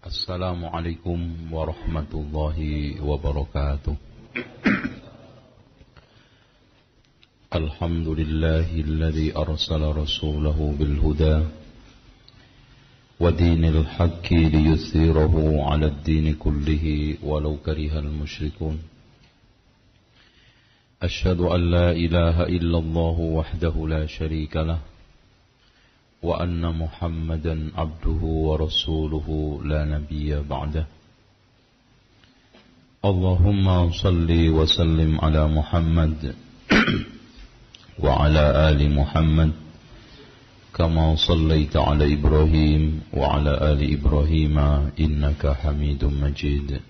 Assalamualaikum warahmatullahi wabarakatuh. Alhamdulillahilladzi arsala rasulahu bil huda wa dinil haqqi liyuthhirahu 'alad dini kullihi walau karihal musyrikun. Asyhadu an la ilaha illallah wahdahu la syarika lah wa anna Muhammadan abduhu wa rasuluhu la nabiyya ba'dah. Allahumma salli wa sallim ala Muhammad wa ala ali Muhammad kama sallaita ala Ibrahim wa ala ali Ibrahim innaka Hamidum Majid.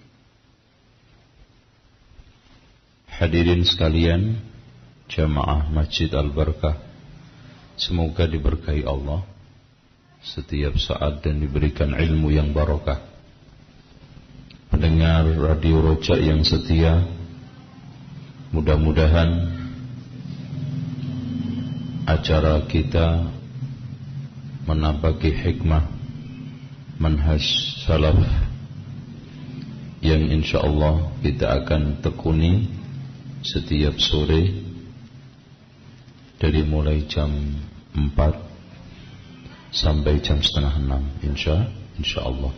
Hadirin sekalian, jamaah Masjid Al-Barakah, semoga diberkahi Allah setiap saat dan diberikan ilmu yang barokah. Pendengar Radio Roja yang setia, mudah-mudahan acara kita menapaki hikmah manhaj salaf yang insyaallah kita akan tekuni setiap sore dari mulai jam 4 sampai jam 5:30 insyaallah.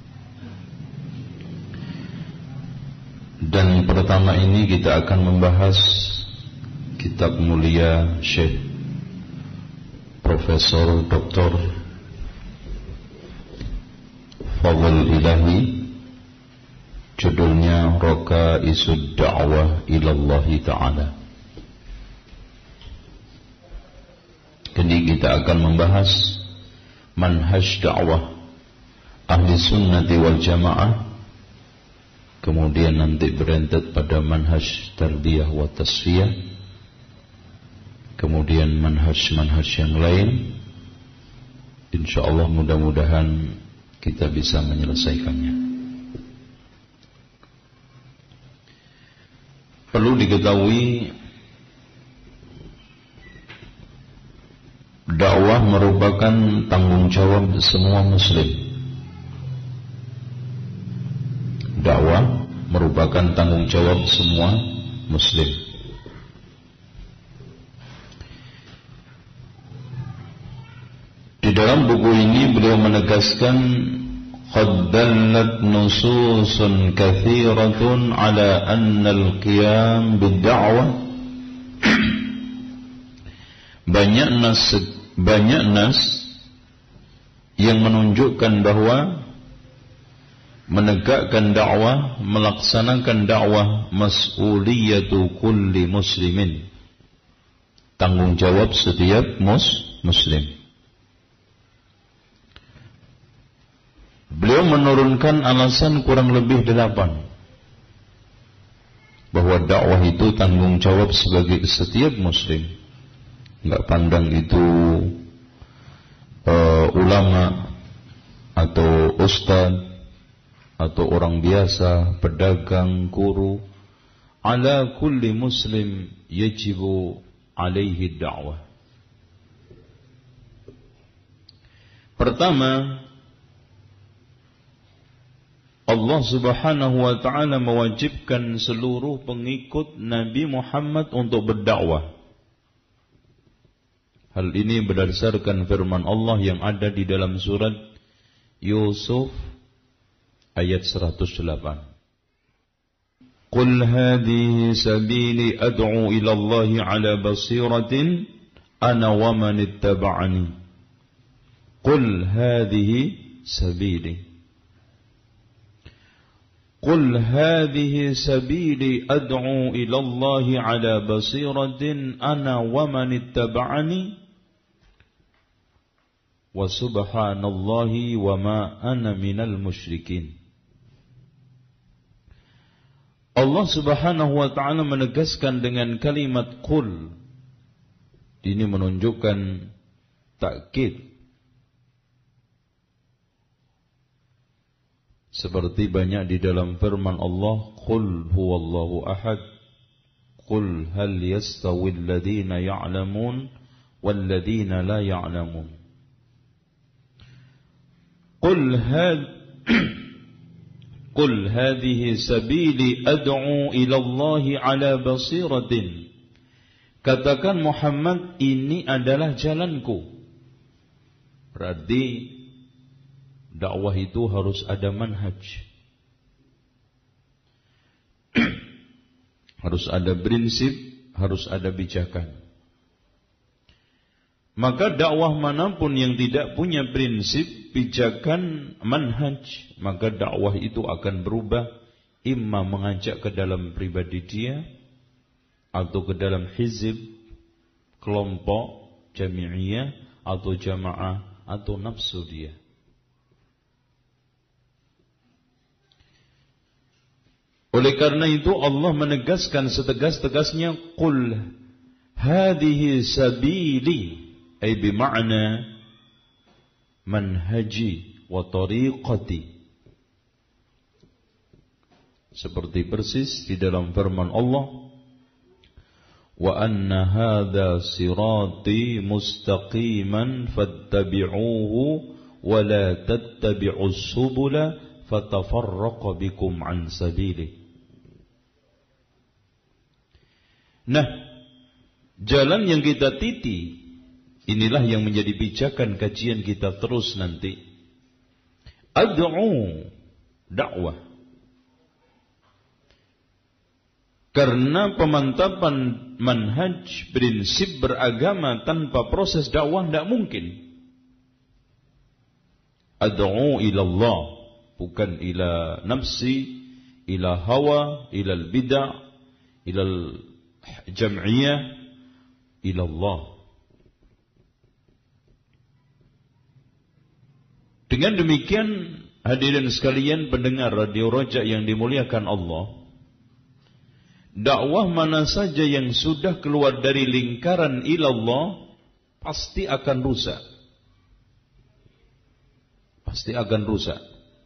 Dan pertama ini kita akan membahas kitab mulia Syekh Profesor Dr. Fadl Ilahi, judulnya Raqaisud Da'wah Ilallahi Ta'ala. Jadi kita akan membahas manhaj dakwah ahli sunnati wal jamaah, kemudian nanti berentet pada manhaj tarbiyah wa tasfiyah, kemudian manhaj-manhaj yang lain. InsyaAllah mudah-mudahan kita bisa menyelesaikannya. Perlu diketahui, dakwah merupakan tanggung jawab semua muslim. Dakwah merupakan tanggung jawab semua muslim. Di dalam buku ini beliau menegaskan, qad dallat nususun katsiratun ala anna al-qiyam bid-da'wah, banyak nas yang menunjukkan bahwa menegakkan dakwah, melaksanakan dakwah, mas'uliyatu kulli muslimin, tanggung jawab setiap muslim. Beliau menurunkan alasan kurang lebih 8 bahwa dakwah itu tanggung jawab sebagai setiap muslim. Enggak pandang itu ulama atau ustaz atau orang biasa, pedagang, guru. Ala kulli muslim yajibu alaihi da'wah. Pertama, Allah Subhanahu wa ta'ala mewajibkan seluruh pengikut Nabi Muhammad untuk berdakwah. Hal ini berdasarkan firman Allah yang ada di dalam surat Yusuf ayat 108. Qul hadhihi sabili ad'u ila Allah ala basiratin ana wa man ittaba'ani. Qul hadhihi sabili. Qul hadhihi sabili ad'u ila Allah ala basiratin ana wa man ittaba'ani. Wa subhanallahi wa ma ana minal musyrikin. Allah Subhanahu wa ta'ala menegaskan dengan kalimat qul. Ini menunjukkan takkid. Seperti banyak di dalam firman Allah, qul huwallahu ahad, qul hal yastawil ladhina ya'lamun wal ladhina la ya'lamun. Qul hadhihi sabili ad'u ila Allahi ala basiratin. Katakan Muhammad, ini adalah jalanku. Berarti dakwah itu harus ada manhaj. Harus ada prinsip, harus ada pijakan. Maka dakwah manapun yang tidak punya prinsip, pijakan, manhaj, maka dakwah itu akan berubah, imma mengajak ke dalam pribadi dia, atau ke dalam hizib, kelompok, jami'iyah, atau jamaah, atau nafsu dia. Oleh karena itu Allah menegaskan setegas-tegasnya, Qul hadhihi sabili, ay bima'na manhaji wa tariqati. Seperti persis di dalam firman Allah, wa anna hadha sirati mustaqiman fattabi'uhu wa la tattabi'us subula fatafarraqa bikum an sabilihi. Nah, jalan yang kita titi, inilah yang menjadi pijakan kajian kita terus nanti. Ad'u, dakwah. Karena pemantapan manhaj, prinsip beragama tanpa proses dakwah tidak mungkin. Ad'u ila Allah, bukan ila nafsi, ila hawa, ila bid'ah, ila jam'iyah, ila Allah. Dengan demikian, hadirin sekalian pendengar Radio Raja yang dimuliakan Allah, dakwah mana saja yang sudah keluar dari lingkaran ilallah pasti akan rusak. Pasti akan rusak.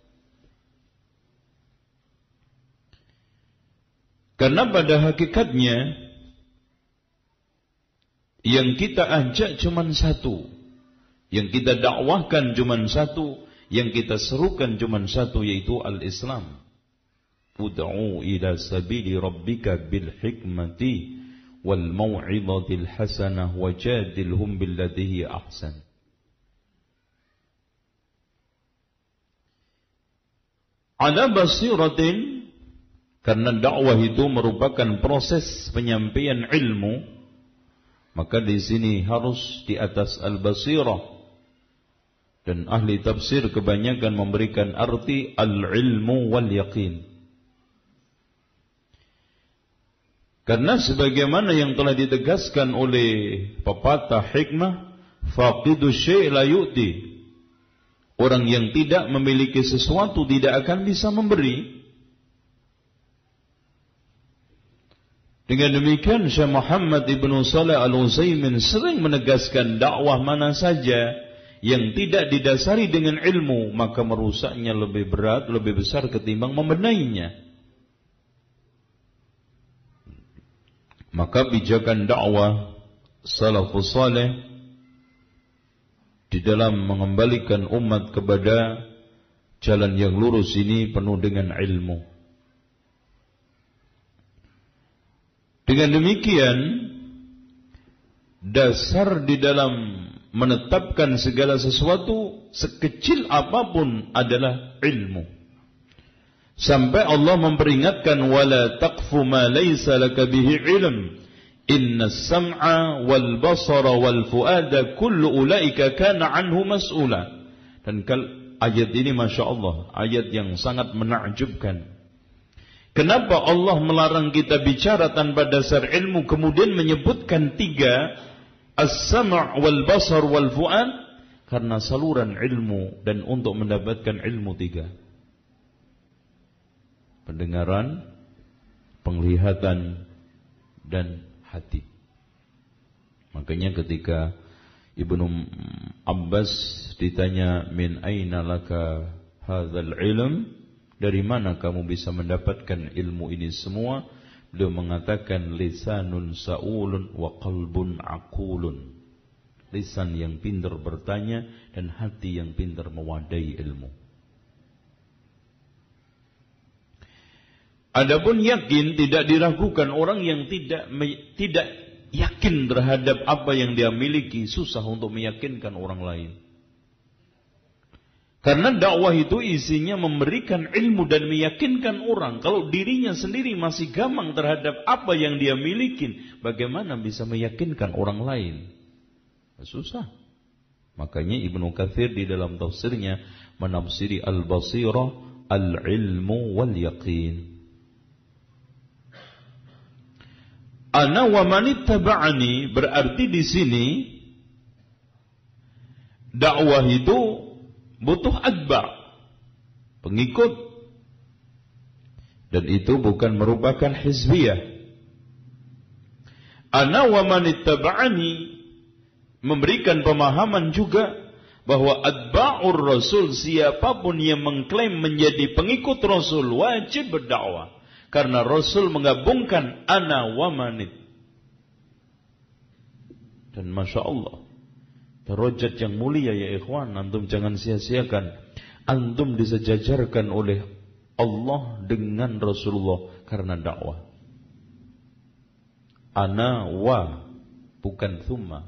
Karena pada hakikatnya yang kita ajak cuma satu, yang kita dakwahkan cuma satu, yang kita serukan cuma satu, yaitu al-Islam. Ud'u ila sabili rabbika bil hikmati wal mau'izatil hasanah wajadilhum billati hiya ahsan. Ala basiratin, karena dakwah itu merupakan proses penyampaian ilmu, maka di sini harus di atas al-basirah. Dan ahli tafsir kebanyakan memberikan arti al-ilmu wal yaqin. Karena sebagaimana yang telah ditegaskan oleh pepatah hikmah, faqidu syai' la yu'ti. Orang yang tidak memiliki sesuatu tidak akan bisa memberi. Dengan demikian Syekh Muhammad Ibn Shalih Al-Utsaimin sering menegaskan dakwah mana saja yang tidak didasari dengan ilmu, maka merusaknya lebih berat, lebih besar ketimbang membenainya. Maka pijakan dakwah salafus saleh di dalam mengembalikan umat kepada jalan yang lurus ini penuh dengan ilmu. Dengan demikian, dasar di dalam menetapkan segala sesuatu sekecil apapun adalah ilmu. Sampai Allah memperingatkan, wala taqfu ma laysa laka bihi ilm, inna as-sam'a wal basara wal fuada kullu ulaika kana anhu mas'ula. Dan ayat ini Masya Allah, ayat yang sangat menakjubkan. Kenapa Allah melarang kita bicara tanpa dasar ilmu, kemudian menyebutkan tiga, as-sam' wal basar wal fu'ad? Karena saluran ilmu dan untuk mendapatkan ilmu tiga: pendengaran, penglihatan, dan hati. Makanya ketika Ibnu Abbas ditanya, min aina laka hadzal ilm, dari mana kamu bisa mendapatkan ilmu ini semua? Beliau mengatakan, lisanun sa'ulun wa qalbun aqulun. Lisan yang pintar bertanya dan hati yang pintar mewadai ilmu. Adapun yakin tidak diragukan. Orang yang tidak yakin terhadap apa yang dia miliki, susah untuk meyakinkan orang lain. Karena dakwah itu isinya memberikan ilmu dan meyakinkan orang. Kalau dirinya sendiri masih gamang terhadap apa yang dia miliki, bagaimana bisa meyakinkan orang lain? Susah. Makanya Ibnu Katsir di dalam tafsirnya menafsiri al-basirah al-ilmu wal yaqin. Ana wa manittaba'ani berarti di sini dakwah itu butuh atba', pengikut. Dan itu bukan merupakan hizbiyah. Ana wa manittaba'ani memberikan pemahaman juga bahwa atba'ur Rasul, siapapun yang mengklaim menjadi pengikut Rasul, wajib berdakwah. Karena Rasul menggabungkan ana wa manit. Dan Masya Allah, derajat yang mulia ya ikhwan, antum jangan sia-siakan. Antum disejajarkan oleh Allah dengan Rasulullah karena dakwah. Ana wa, bukan thumma.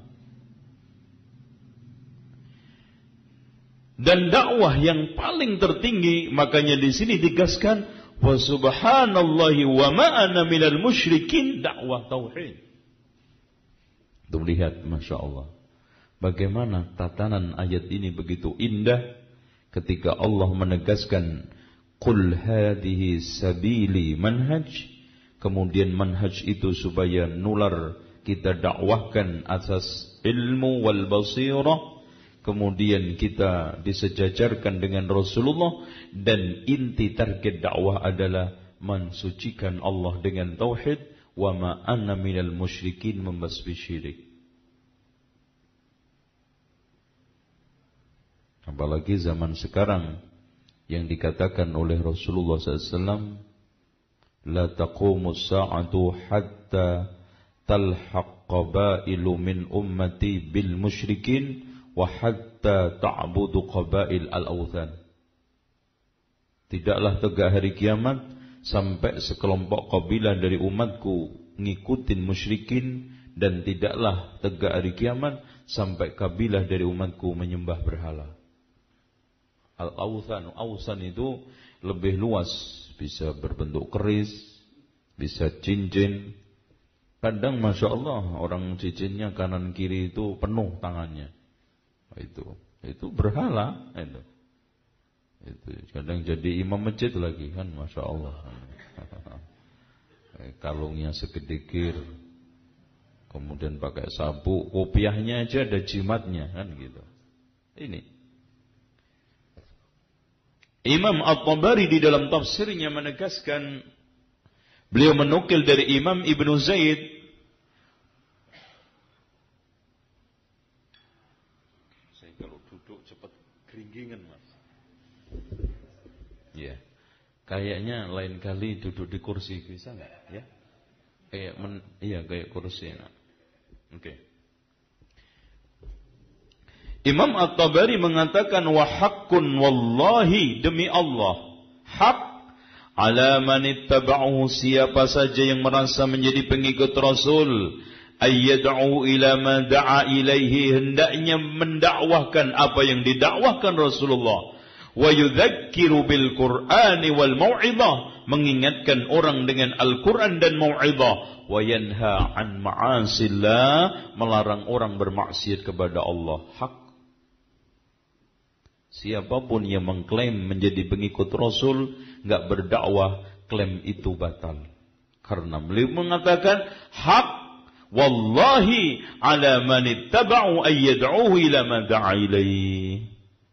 Dan dakwah yang paling tertinggi, makanya di sini ditegaskan wa subhanallahi wa ma ana minal musyrikin, dakwah tauhid. Tuh lihat, Masya Allah, bagaimana tatanan ayat ini begitu indah ketika Allah menegaskan qul hadhihi sabili manhaj. Kemudian manhaj itu supaya nular kita dakwahkan atas ilmu wal basirah. Kemudian kita disejajarkan dengan Rasulullah. Dan inti target dakwah adalah mensucikan Allah dengan tauhid. Wa ma anna minal musyrikin, membasmi syirik. Apalagi zaman sekarang yang dikatakan oleh Rasulullah SAW, la taqumus sa'atu hatta talhaq qabailu min ummati bil musyrikin wa hatta ta'budu qabail al-awthan. Tidaklah tegak hari kiamat sampai sekelompok kabilah dari umatku ngikutin musyrikin, dan tidaklah tegak hari kiamat sampai kabilah dari umatku menyembah berhala. Al-awthan, awthan itu lebih luas, bisa berbentuk keris, bisa cincin. Kadang Masya Allah orang cincinnya kanan kiri itu penuh tangannya. Itu berhala itu kadang jadi imam masjid lagi kan, Masya Allah. Kalungnya segede kir, kemudian pakai sabuk, kopiahnya aja ada jimatnya kan gitu. Ini Imam At-Tabari di dalam tafsirnya menegaskan, beliau menukil dari Imam Ibnu Zaid, keringgingan mas. Ya, kayaknya lain kali duduk di kursi bisa nggak? Ya, kayak kursi. Nah. Oke. Imam At-Tabari mengatakan wa haqqun wallahi, demi Allah, hak ala man ittaba'ahu, siapa saja yang merasa menjadi pengikut Rasul, ayyad'u ila ma da'a ilaihi, hendaknya mendakwahkan apa yang didakwahkan Rasulullah, wa yudzakiru bil Qur'ani wal mau'izah, mengingatkan orang dengan Al-Qur'an dan mau'izah, wa yanha an ma'asillah, melarang orang bermaksiat kepada Allah. Hak. Siapapun yang mengklaim menjadi pengikut Rasul enggak berdakwah, klaim itu batal. Karena beliau mengatakan hak wallahi ala man ittaba'u ay yad'uhu ila ma da'a ilayhi.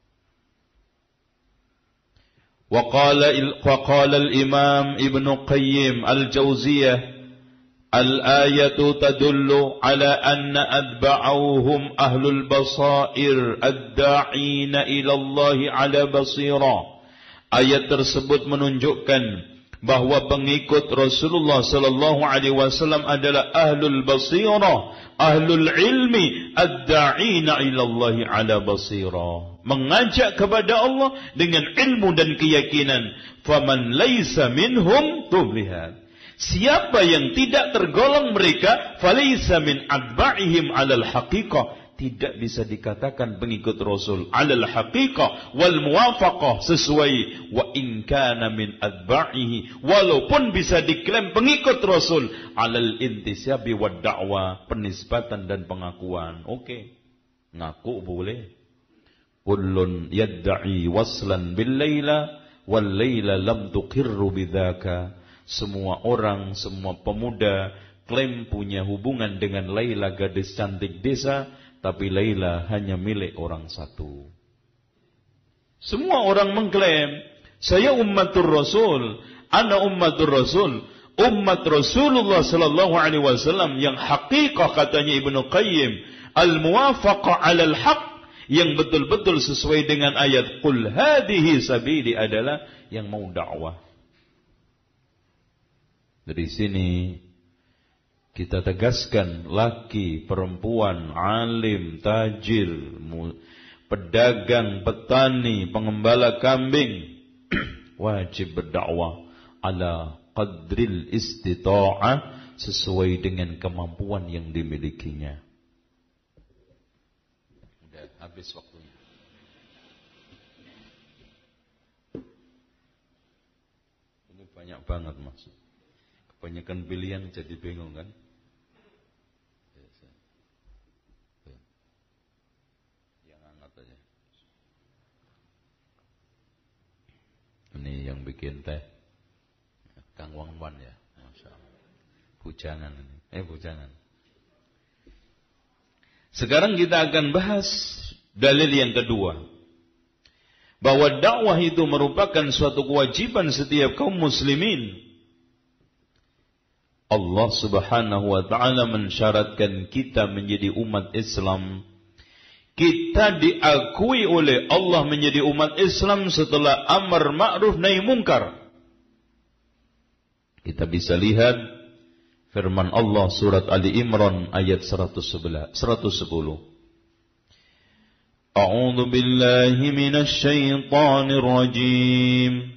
Wa qala al-imam Ibn Qayyim al-Jauziyah, al-ayatu tadullu ala anna atba'uhum ahlul basair ad-da'ina ila Allah ala basira. Ayat tersebut menunjukkan bahwa pengikut Rasulullah sallallahu alaihi wasallam adalah ahlul basirah, ahlul ilmi, ad-da'ina ila Allah ala basirah, mengajak kepada Allah dengan ilmu dan keyakinan. Faman laisa minhum, tuh lihat, siapa yang tidak tergolong mereka, falaysa min atba'ihim 'alal haqiqah, tidak bisa dikatakan pengikut Rasul 'alal haqiqah wal muwafaqah, sesuai wa in kana min atba'ihi, walaupun bisa diklaim pengikut Rasul 'alal intisabi wad da'wah, penisbatan dan pengakuan. Oke, ngaku boleh. Kullun yadda'i waslan bil laila wal laila lam tuqirru bidzaka. Semua orang, semua pemuda klaim punya hubungan dengan Laila, gadis cantik desa, tapi Laila hanya milik orang satu. Semua orang mengklaim, saya ummatur Rasul, ana ummatur Rasul, umat Rasulullah sallallahu alaihi wasallam yang hakikah, katanya Ibnu Qayyim, al-muwafaqah 'alal haq, yang betul-betul sesuai dengan ayat qul hadhihi sabili, adalah yang mau dakwah. Dari sini kita tegaskan, laki, perempuan, alim, tajir, pedagang, petani, pengembala kambing, wajib berdakwah ala qadril istita'ah, sesuai dengan kemampuan yang dimilikinya. Udah habis waktunya. Ini banyak banget Mas. Kebanyakan pilihan jadi bingung kan? Yang hangat aja. Ini yang bikin teh Kang Wangwan ya, Masya Allah. Bujangan ini, bujangan. Sekarang kita akan bahas dalil yang kedua, bahwa dakwah itu merupakan suatu kewajiban setiap kaum muslimin. Allah subhanahu wa ta'ala mensyaratkan kita menjadi umat Islam. Kita diakui oleh Allah menjadi umat Islam setelah amar ma'ruf nahi mungkar. Kita bisa lihat firman Allah surat Ali Imran ayat 110. A'udzu billahi minasy syaithanir rajim.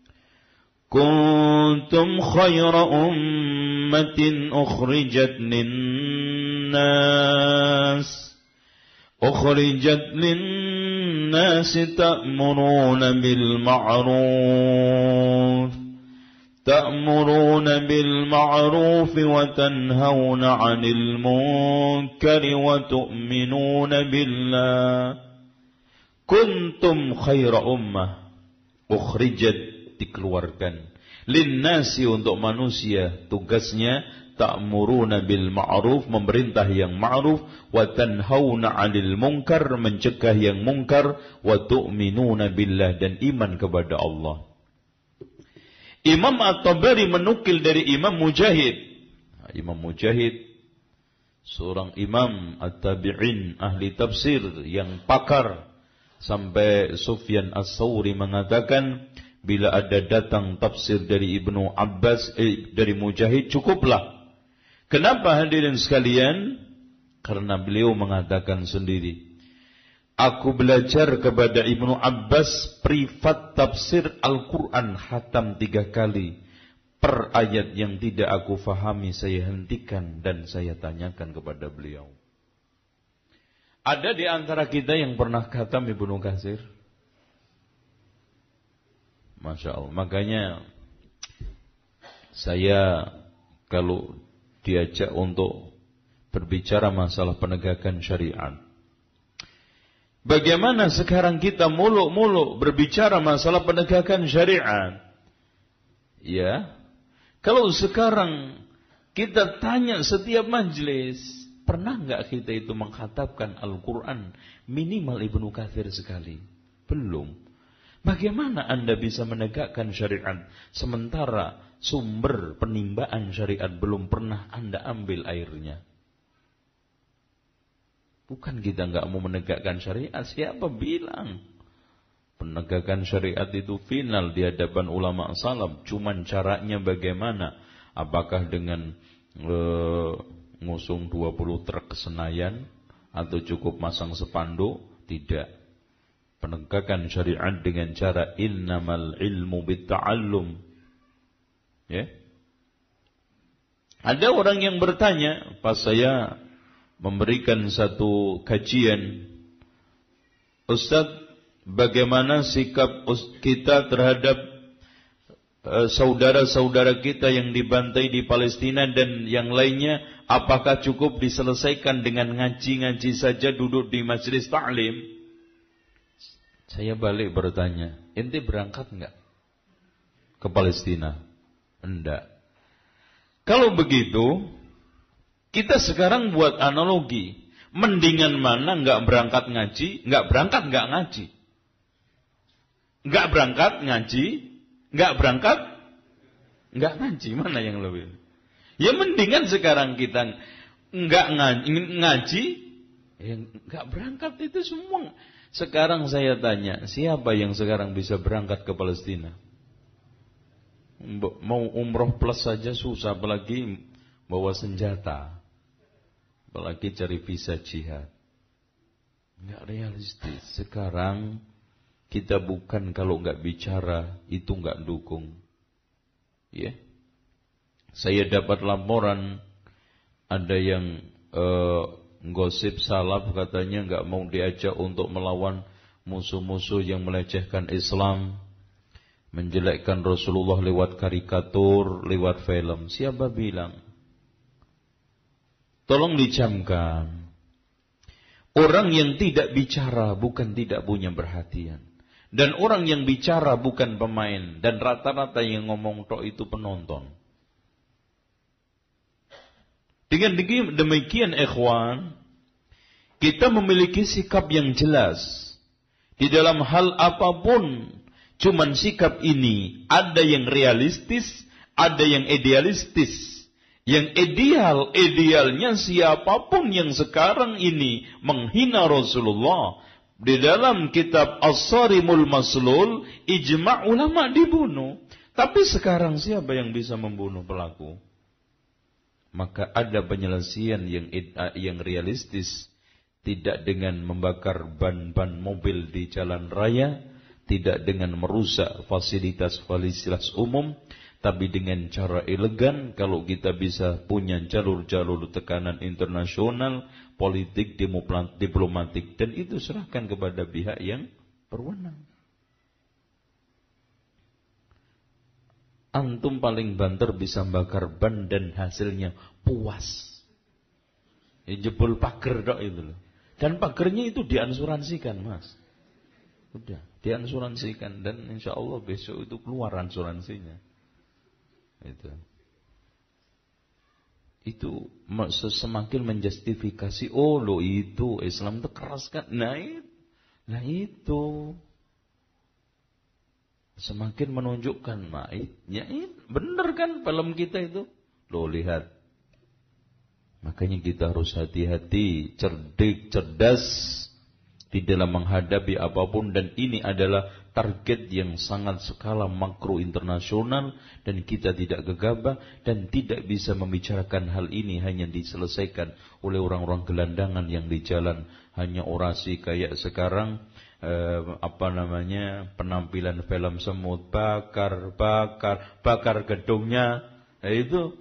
Kuntum khayra ummatin ukhrijat linnas ta'muruna bil ma'ruf wa tanhauna 'anil munkari wa tu'minuna billah. Kuntum khayra ummah, ukhrijat, dikeluarkan, linnasi, untuk manusia, tugasnya ta'muruna bil ma'ruf, memerintah yang ma'ruf, wa tanhauna 'anil munkar, mencegah yang mungkar, wa tu'minuna billah, dan iman kepada Allah. Imam At-Tabari menukil dari Imam Mujahid. Imam Mujahid seorang imam at-tabi'in, ahli tafsir yang pakar, sampai Sufyan As-Sawri mengatakan, bila ada datang tafsir dari Ibnu Abbas, dari Mujahid, cukuplah. Kenapa hadirin sekalian? Karena beliau mengatakan sendiri, aku belajar kepada Ibnu Abbas privat tafsir Al-Quran khatam 3 kali. Per ayat yang tidak aku fahami, saya hentikan dan saya tanyakan kepada beliau. Ada di antara kita yang pernah khatam Ibnu Katsir? Masya Allah. Makanya saya kalau diajak untuk berbicara masalah penegakan syariat, bagaimana sekarang kita muluk-muluk berbicara masalah penegakan syariat? Ya, kalau sekarang kita tanya setiap majelis, pernah enggak kita itu mengkhatamkan Al-Quran minimal Ibnu Katsir sekali? Belum. Bagaimana Anda bisa menegakkan syariat sementara sumber penimbaan syariat belum pernah Anda ambil airnya? Bukan kita enggak mau menegakkan syariat, siapa bilang? Penegakan syariat itu final di hadapan ulama salaf. Cuman caranya bagaimana? Apakah dengan ngusung 20 truk ke Senayan atau cukup masang spanduk? Tidak. Penegakan syariat dengan cara innamal ilmu bitta'allum. Ya. Ada orang yang bertanya pas saya memberikan satu kajian, Ustaz, bagaimana sikap kita terhadap saudara-saudara kita yang dibantai di Palestina dan yang lainnya, apakah cukup diselesaikan dengan ngaji-ngaji saja duduk di majelis ta'lim? Saya balik bertanya, ente berangkat enggak ke Palestina? Enggak. Kalau begitu, kita sekarang buat analogi, mendingan mana enggak berangkat ngaji, enggak berangkat enggak ngaji. Enggak berangkat ngaji, enggak berangkat enggak ngaji, mana yang lebih? Ya mendingan sekarang kita enggak ngaji, enggak berangkat itu semua. Sekarang saya tanya, siapa yang sekarang bisa berangkat ke Palestina? Mau umroh plus saja susah, apalagi bawa senjata, apalagi cari visa jihad. Enggak realistis. Sekarang kita bukan kalau enggak bicara itu enggak dukung. Ya. Saya dapat laporan ada yang gosip salaf katanya enggak mau diajak untuk melawan musuh-musuh yang melecehkan Islam, menjelekkan Rasulullah lewat karikatur, lewat film. Siapa bilang? Tolong dicamkan. Orang yang tidak bicara bukan tidak punya perhatian. Dan orang yang bicara bukan pemain. Dan rata-rata yang ngomong tok itu penonton. Dengan demikian ikhwan, kita memiliki sikap yang jelas. Di dalam hal apapun, cuman sikap ini ada yang realistis, ada yang idealistis. Yang idealnya siapapun yang sekarang ini menghina Rasulullah, di dalam kitab As-Sarimul Maslul, ijma' ulama dibunuh. Tapi sekarang siapa yang bisa membunuh pelaku? Maka ada penyelesaian yang realistis, tidak dengan membakar ban-ban mobil di jalan raya, tidak dengan merusak fasilitas-fasilitas umum, tapi dengan cara elegan. Kalau kita bisa punya jalur-jalur tekanan internasional, politik, diplomatik, dan itu serahkan kepada pihak yang berwenang. Antum paling banter bisa bakar ban dan hasilnya puas. Ya, jebol pagar dok itu loh. Dan pagernya itu diansuransikan, Mas. Udah, diansuransikan dan insya Allah besok itu keluar ansuransinya. Itu semakin menjustifikasi, oh lo itu Islam itu keras kan. Nah itu semakin menunjukkan, ya bener kan film kita itu. Lo lihat. Makanya kita harus hati-hati, cerdik, cerdas di dalam menghadapi apapun, dan ini adalah target yang sangat skala makro internasional, dan kita tidak gegabah dan tidak bisa membicarakan hal ini hanya diselesaikan oleh orang-orang gelandangan yang di jalan, hanya orasi kayak sekarang penampilan film semut, bakar gedungnya. Nah,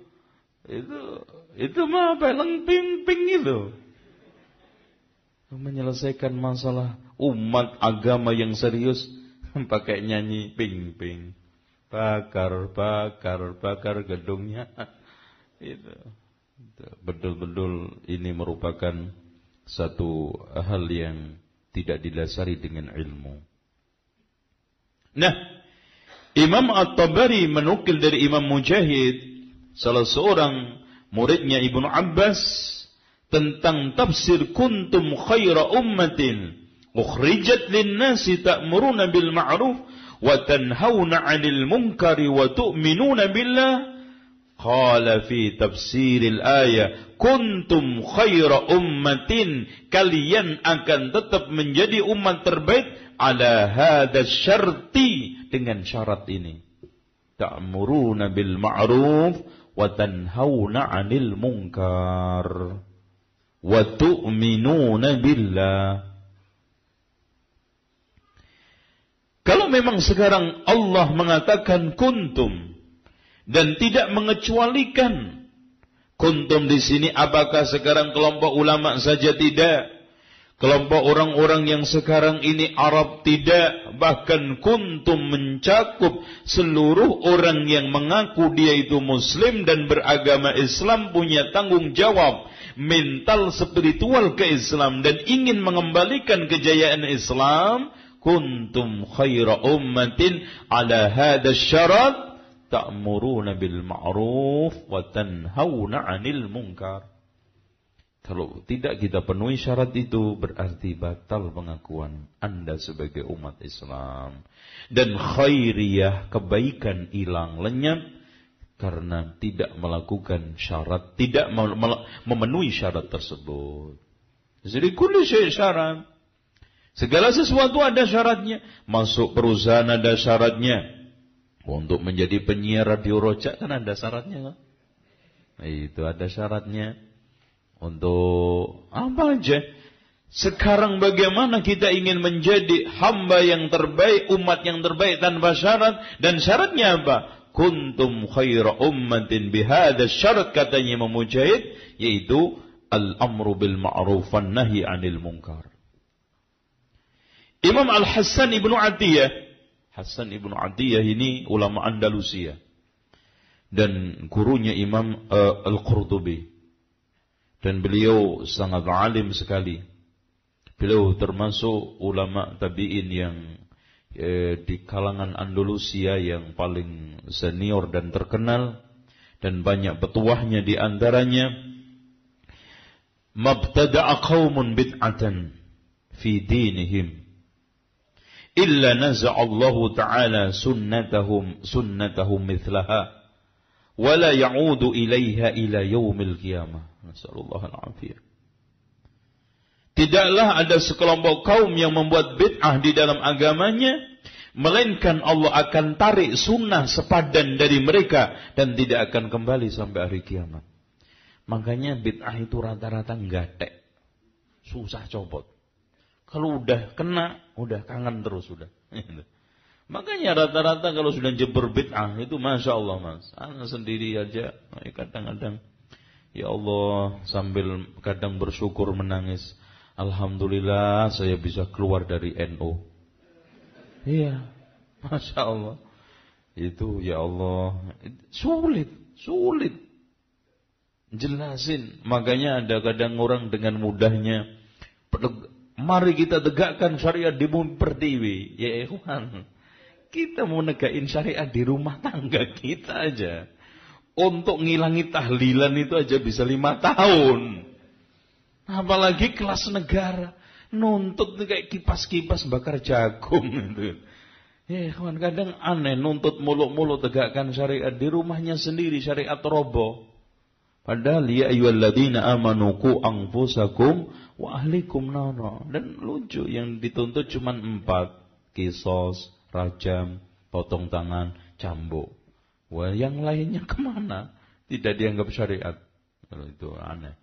itu mah film ping-ping itu. Menyelesaikan masalah umat agama yang serius pakai nyanyi ping-ping, bakar gedungnya. Itu betul-betul ini merupakan satu hal yang tidak didasari dengan ilmu. Nah, Imam At-Tabari menukil dari Imam Mujahid, salah seorang muridnya Ibnu Abbas, tentang tafsir kuntum khaira ummatin ukhrijat lin-nasi ta'muruna bil ma'ruf wa tanhauna 'anil munkari wa tu'minuna billah. Qala fi tafsiril ayah kuntum khaira ummatin, kalian akan tetap menjadi umat terbaik ala hadha syarti, dengan syarat ini. Ta'muruna bil ma'ruf wa tanhauna 'anil munkar wa tu'minuna billah. Kalau memang sekarang Allah mengatakan kuntum dan tidak mengecualikan kuntum di sini, apakah sekarang kelompok ulama saja? Tidak. Kelompok orang-orang yang sekarang ini Arab tidak. Bahkan kuntum mencakup seluruh orang yang mengaku dia itu Muslim dan beragama Islam, punya tanggung jawab mental spiritual ke Islam dan ingin mengembalikan kejayaan Islam. Kuntum khaira ummatin ala hadha syarat ta'muruna bil ma'ruf wa tanhauna 'anil munkar. Kalau tidak kita penuhi syarat itu, berarti batal pengakuan Anda sebagai umat Islam. Dan khairiyah, kebaikan hilang, lenyap karena tidak melakukan syarat, tidak memenuhi syarat tersebut. Jadi kulli syai' syarat. Segala sesuatu ada syaratnya. Masuk perusahaan ada syaratnya. Untuk menjadi penyiar radio Roja kan ada syaratnya kan? Itu ada syaratnya. Untuk apa aja. Sekarang bagaimana kita ingin menjadi hamba yang terbaik, umat yang terbaik tanpa syarat. Dan syaratnya apa? Kuntum khaira ummatin bihada syarat, katanya Imam Mujahid, yaitu al-amru bil ma'ruf wan nahi 'anil munkar. Imam Al-Hasan Ibnu Atiyah, Hasan Ibnu Atiyah ini ulama Andalusia dan gurunya Imam Al-Qurtubi, dan beliau sangat alim sekali. Beliau termasuk ulama tabi'in yang di kalangan Andalusia yang paling senior dan terkenal, dan banyak petuahnya di antaranya mabtada'a qaumun bid'atan fi dinihim illa naza'allahu ta'ala sunnatahum mithlaha wa la ya'udu ilaiha ila yaumil qiyamah. Nasallallahu al-afiyah. Tidaklah ada sekelompok kaum yang membuat bid'ah di dalam agamanya, melainkan Allah akan tarik sunnah sepadan dari mereka dan tidak akan kembali sampai hari kiamat. Makanya bid'ah itu rata-rata nggatek, susah copot. Kalau udah kena, udah kangen terus sudah. Makanya rata-rata kalau sudah jebur bid'ah itu Masya Allah mas. Anak sendiri aja kadang-kadang, ya Allah, sambil kadang bersyukur menangis. Alhamdulillah saya bisa keluar dari NU. Iya, Masya Allah. Itu ya Allah, sulit jelasin. Makanya ada kadang orang dengan mudahnya, mari kita tegakkan syariat di bumi pertiwi. Ya ikhwan, kita mau negakin syariat di rumah tangga kita aja. Untuk ngilangi tahlilan itu aja bisa 5 tahun. Apalagi kelas negara, nuntut kayak kipas-kipas bakar jagung gitu. Ya kawan, kadang aneh, nuntut muluk-muluk tegakkan syariat di rumahnya sendiri, syariat roboh. Padahal ya ayyuhalladzina amanu qu anfusakum wa ahlikum nara. Dan lucu yang dituntut cuma 4, kisos, rajam, potong tangan, cambuk. Wah, yang lainnya kemana? Tidak dianggap syariat. Itu aneh.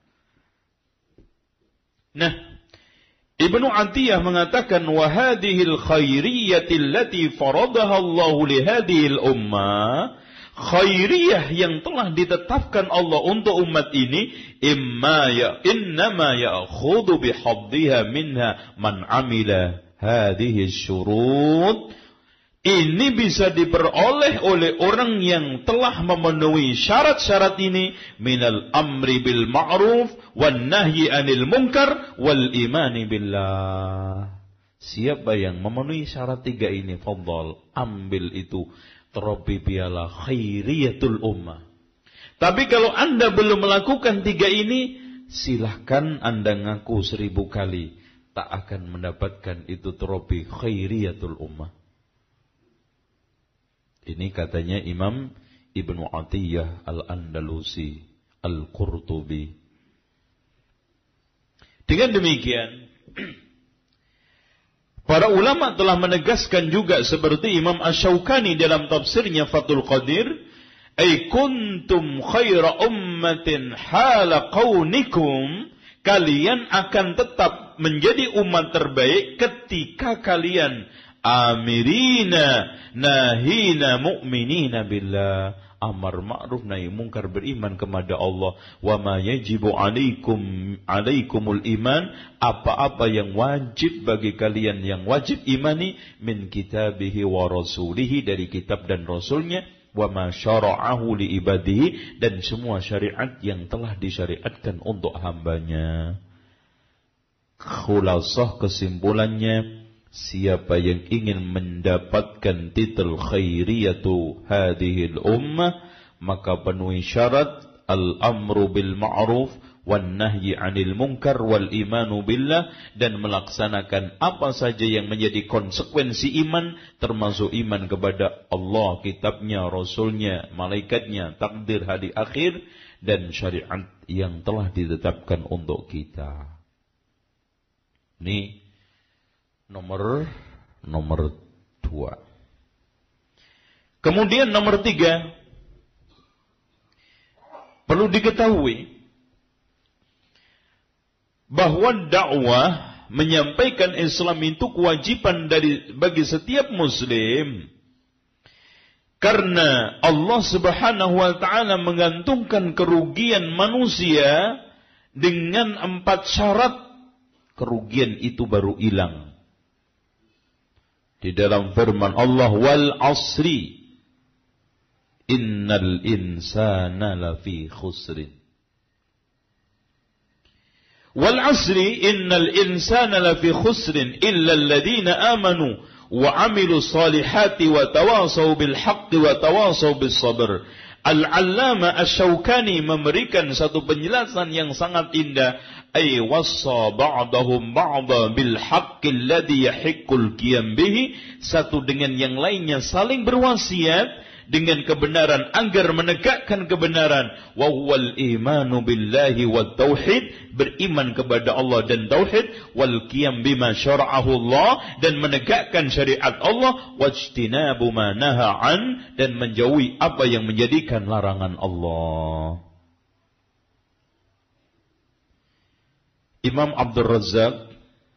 Nah, Ibnu Atiyah mengatakan wa hadhil khairiyyati allati faradaha Allah li hadhil ummah, khairiyah yang telah ditetapkan Allah untuk umat ini, innama ya'khudhu bihaddiha minha man amila hadhihi syurut. Ini bisa diperoleh oleh orang yang telah memenuhi syarat-syarat ini, minal amri bil ma'ruf wan nahyi anil munkar wal imani billah. Siapa yang memenuhi syarat 3 ini, fadhal, ambil itu, terobi piala khairiyatul ummah. Tapi kalau Anda belum melakukan 3 ini, silahkan Anda ngaku 1000 kali, tak akan mendapatkan itu terobi khairiyatul ummah. Ini katanya Imam Ibnu Atiyah Al-Andalusi Al-Qurtubi. Dengan demikian, Para ulama telah menegaskan juga seperti Imam Asy-Syaukani dalam tafsirnya Fathul Qadir, ay kuntum khaira ummatin hala qaunikum, kalian akan tetap menjadi umat terbaik ketika kalian amirina nahina mu'minina billah, amar ma'ruf nahi mungkar, beriman kepada Allah. Wa ma yajibu alaikumul iman, apa-apa yang wajib bagi kalian, yang wajib imani, min kitabihi wa rasulihi, dari kitab dan rasulnya, wa ma syara'ahu li ibadihi, dan semua syariat yang telah disyariatkan untuk hambanya. Khulasah, kesimpulannya, siapa yang ingin mendapatkan titel khairiyatu hadhil ummah, maka penuhi syarat al-amru bil ma'ruf wan nahyi 'anil munkar wal imanu billah, dan melaksanakan apa saja yang menjadi konsekuensi iman, termasuk iman kepada Allah, kitabnya, rasulnya, malaikatnya, takdir hari akhir, dan syariat yang telah ditetapkan untuk kita. Ini nomor 2. Kemudian nomor 3, perlu diketahui bahwa dakwah menyampaikan Islam itu kewajiban bagi setiap muslim, karena Allah Subhanahu wa taala menggantungkan kerugian manusia dengan 4 syarat. Kerugian itu baru hilang. Di dalam firman Allah, wal asri innal insana lafi khusrin. Wal asri innal insana lafi khusrin illa alladhina amanu wa amilu salihati wa tawasaw bil haqqi wa tawasaw bis sabr. Al-Allama Asy-Syaukani memberikan satu penjelasan yang sangat indah. Ay wassa ba'dahum ba'da bil haqqi alladhi yahiqqul qiyam bihi, satu dengan yang lainnya saling berwasiat dengan kebenaran agar menegakkan kebenaran. Wa huwal imanu billahi wat tauhid, beriman kepada Allah dan tauhid, wal qiyam bima syara'ahu Allah, dan menegakkan syariat Allah, wajtinabu ma naha an, dan menjauhi apa yang menjadikan larangan Allah. Imam Abdul Razzaq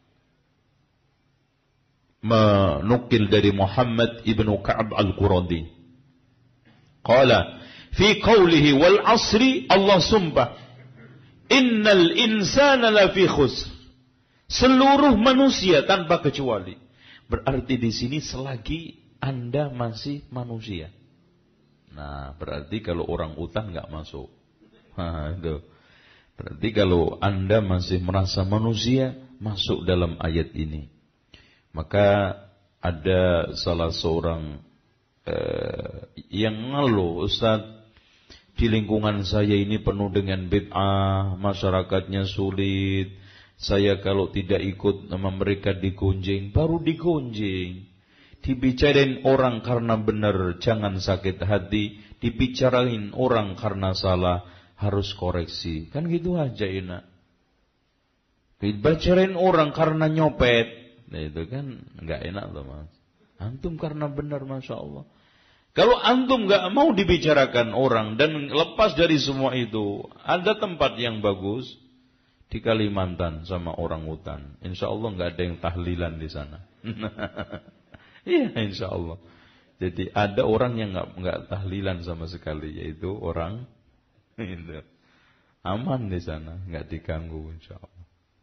menukil dari Muhammad ibnu Ka'ab al-Quradi, qala fi qawlihi wal asri, Allah sumpah, innal insana lafi khusr, seluruh manusia tanpa kecuali. Berarti di sini selagi Anda masih manusia. Nah, berarti kalau orang utan enggak masuk. Itu. Berarti kalau Anda masih merasa manusia, masuk dalam ayat ini. Maka ada salah seorang yang ngeluh, Ustaz, di lingkungan saya ini penuh dengan bid'ah, masyarakatnya sulit, saya kalau tidak ikut sama mereka digunjing, baru digunjing. Dibicarain orang karena benar, jangan sakit hati. Dibicarain orang karena salah, harus koreksi. Kan gitu aja enak. Dibicarain orang karena nyopet, nah itu kan enggak enak loh Mas. Antum karena benar, Masya Allah. Kalau antum enggak mau dibicarakan orang dan lepas dari semua itu, ada tempat yang bagus di Kalimantan sama orang hutan. Insya Allah enggak ada yang tahlilan di sana. Iya, insya Allah. Jadi ada orang yang enggak tahlilan sama sekali, yaitu orang itu aman di sana, enggak diganggu insya Allah.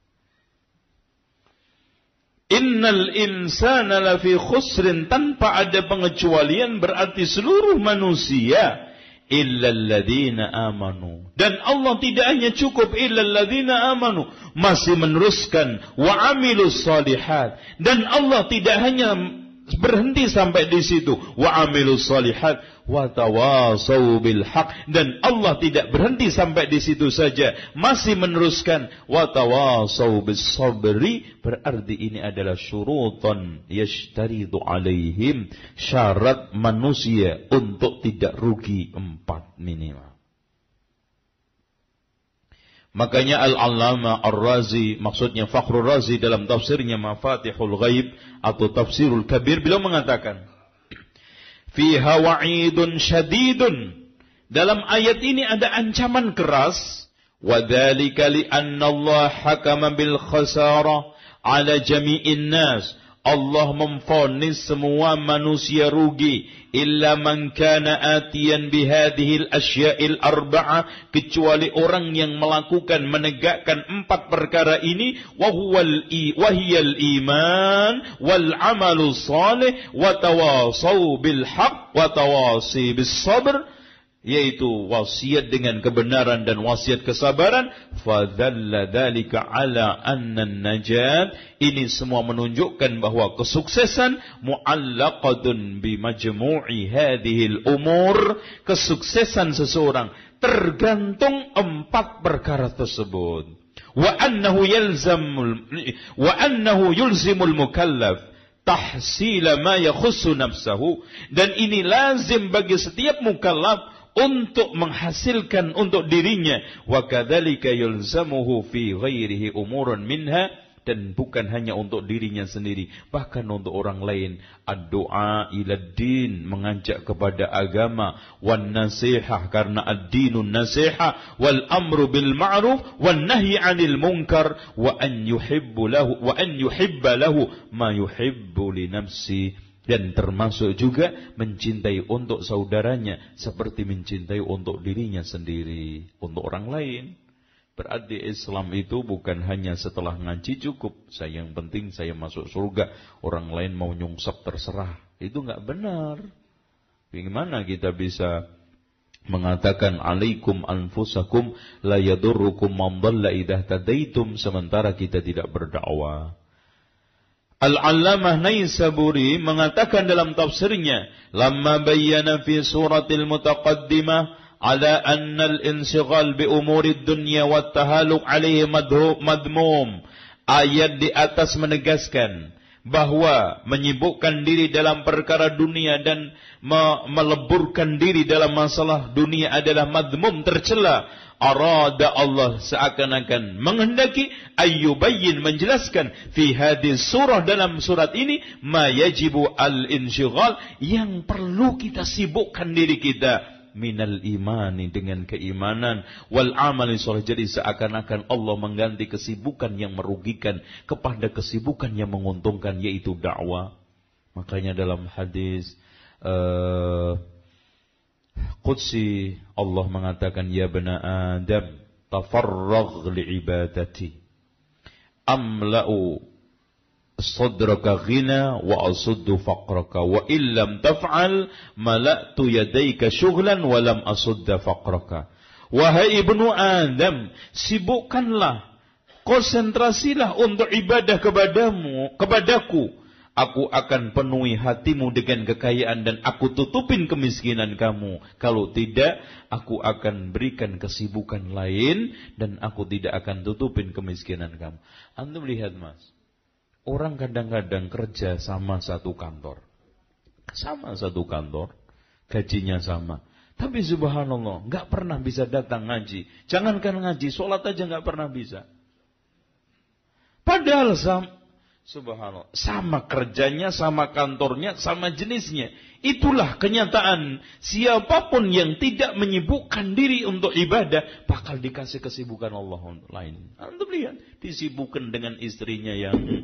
Innal insana lafi khusrin, tanpa ada pengecualian, berarti seluruh manusia, illal ladzina amanu. Dan Allah tidak hanya cukup illal ladzina amanu, masih meneruskan wa amilus shalihat. Dan Allah tidak hanya berhenti sampai di situ, wa amilus shalihat wa tawasau bil haq, dan Allah tidak berhenti sampai di situ saja, masih meneruskan wa tawasau bis sabri. Berarti ini adalah syurutan yashtaridu alaihim, syarat manusia untuk tidak rugi 4 minimal. Makanya Al-Allamah Ar-Razi, maksudnya Fakhrul Razi dalam tafsirnya Mafatihul Ghaib atau Tafsirul Kabir, beliau mengatakan, fiha wa'idun syadidun. Dalam ayat ini ada ancaman keras. Wa dzalika li anna Allah hakama bil khasara ala jami'in nas. Allah memvonis semua manusia rugi illa man kana atiyan bihadhil asya'il arba'ah, kecuali orang yang melakukan menegakkan 4 perkara ini, wahiyal iman wal amalu salih wa tawasau bil haqq wa tawasi bis sabr, yaitu wasiat dengan kebenaran dan wasiat kesabaran. Fadalla dzalika ala anna najat, ini semua menunjukkan bahwa kesuksesan muallaqatun bi majmu'i hadhil umur, kesuksesan seseorang tergantung 4 perkara tersebut. Wa annahu yulzimul mukallaf tahsila ma yakhussu nafsahu, dan ini lazim bagi setiap mukallaf untuk menghasilkan untuk dirinya. Wa kadzalika yulzamuhu fi ghairihi umurun minha, dan bukan hanya untuk dirinya sendiri, bahkan untuk orang lain. Ad-du'a ila din, mengajak kepada agama, wan nasihah, karena ad-dinun nasihah, wal amru bil ma'ruf wan nahyi 'anil munkar, wa an yuhibba lahu ma yuhibbu li nafsi, dan termasuk juga mencintai untuk saudaranya seperti mencintai untuk dirinya sendiri, untuk orang lain. Berarti Islam itu bukan hanya setelah ngaji cukup, yang penting saya masuk surga, orang lain mau nyungsep terserah. Itu enggak benar. Bagaimana kita bisa mengatakan alaikum anfusakum la yadurrukum man dhalla idza tadaitum, sementara kita tidak berdakwah? Al-Allamah Naisaburi mengatakan dalam tafsirnya, lamma bayyana fi suratil mutaqaddimah ala anna al-inshighal bi umurid dunya wa tahalluq alaihi madmum. Ayat di atas menegaskan bahwa menyibukkan diri dalam perkara dunia dan meleburkan diri dalam masalah dunia adalah madmum, tercela. Arada Allah seakan-akan menghendaki ayyubayyin, menjelaskan fi hadis surah, dalam surat ini, ma yajibu al-insyighal, yang perlu kita sibukkan diri kita, minal imani, dengan keimanan, wal amali shalih. Jadi seakan-akan Allah mengganti kesibukan yang merugikan kepada kesibukan yang menguntungkan, yaitu dakwah. Makanya dalam hadis Qudsi Allah mengatakan, ya bani Adam tafarragh li'ibadati amla'u sadraka ghina wa asuddu faqraka wa illam taf'al mala'tu yadayka syughlan wa lam asudda faqraka. Wahai ibnu Adam, sibukkanlah, konsentrasilah untuk ibadah kepadaku. Aku akan penuhi hatimu dengan kekayaan dan aku tutupin kemiskinan kamu. Kalau tidak, aku akan berikan kesibukan lain dan aku tidak akan tutupin kemiskinan kamu. Antum lihat mas, orang kadang-kadang kerja sama satu kantor, gajinya sama, tapi subhanallah nggak pernah bisa datang ngaji. Jangankan ngaji, sholat aja nggak pernah bisa. Padahal subhanallah, sama kerjanya, sama kantornya, sama jenisnya. Itulah kenyataan. Siapapun yang tidak menyibukkan diri untuk ibadah, bakal dikasih kesibukan Allah untuk lain. Antum lihat, disibukkan dengan istrinya yang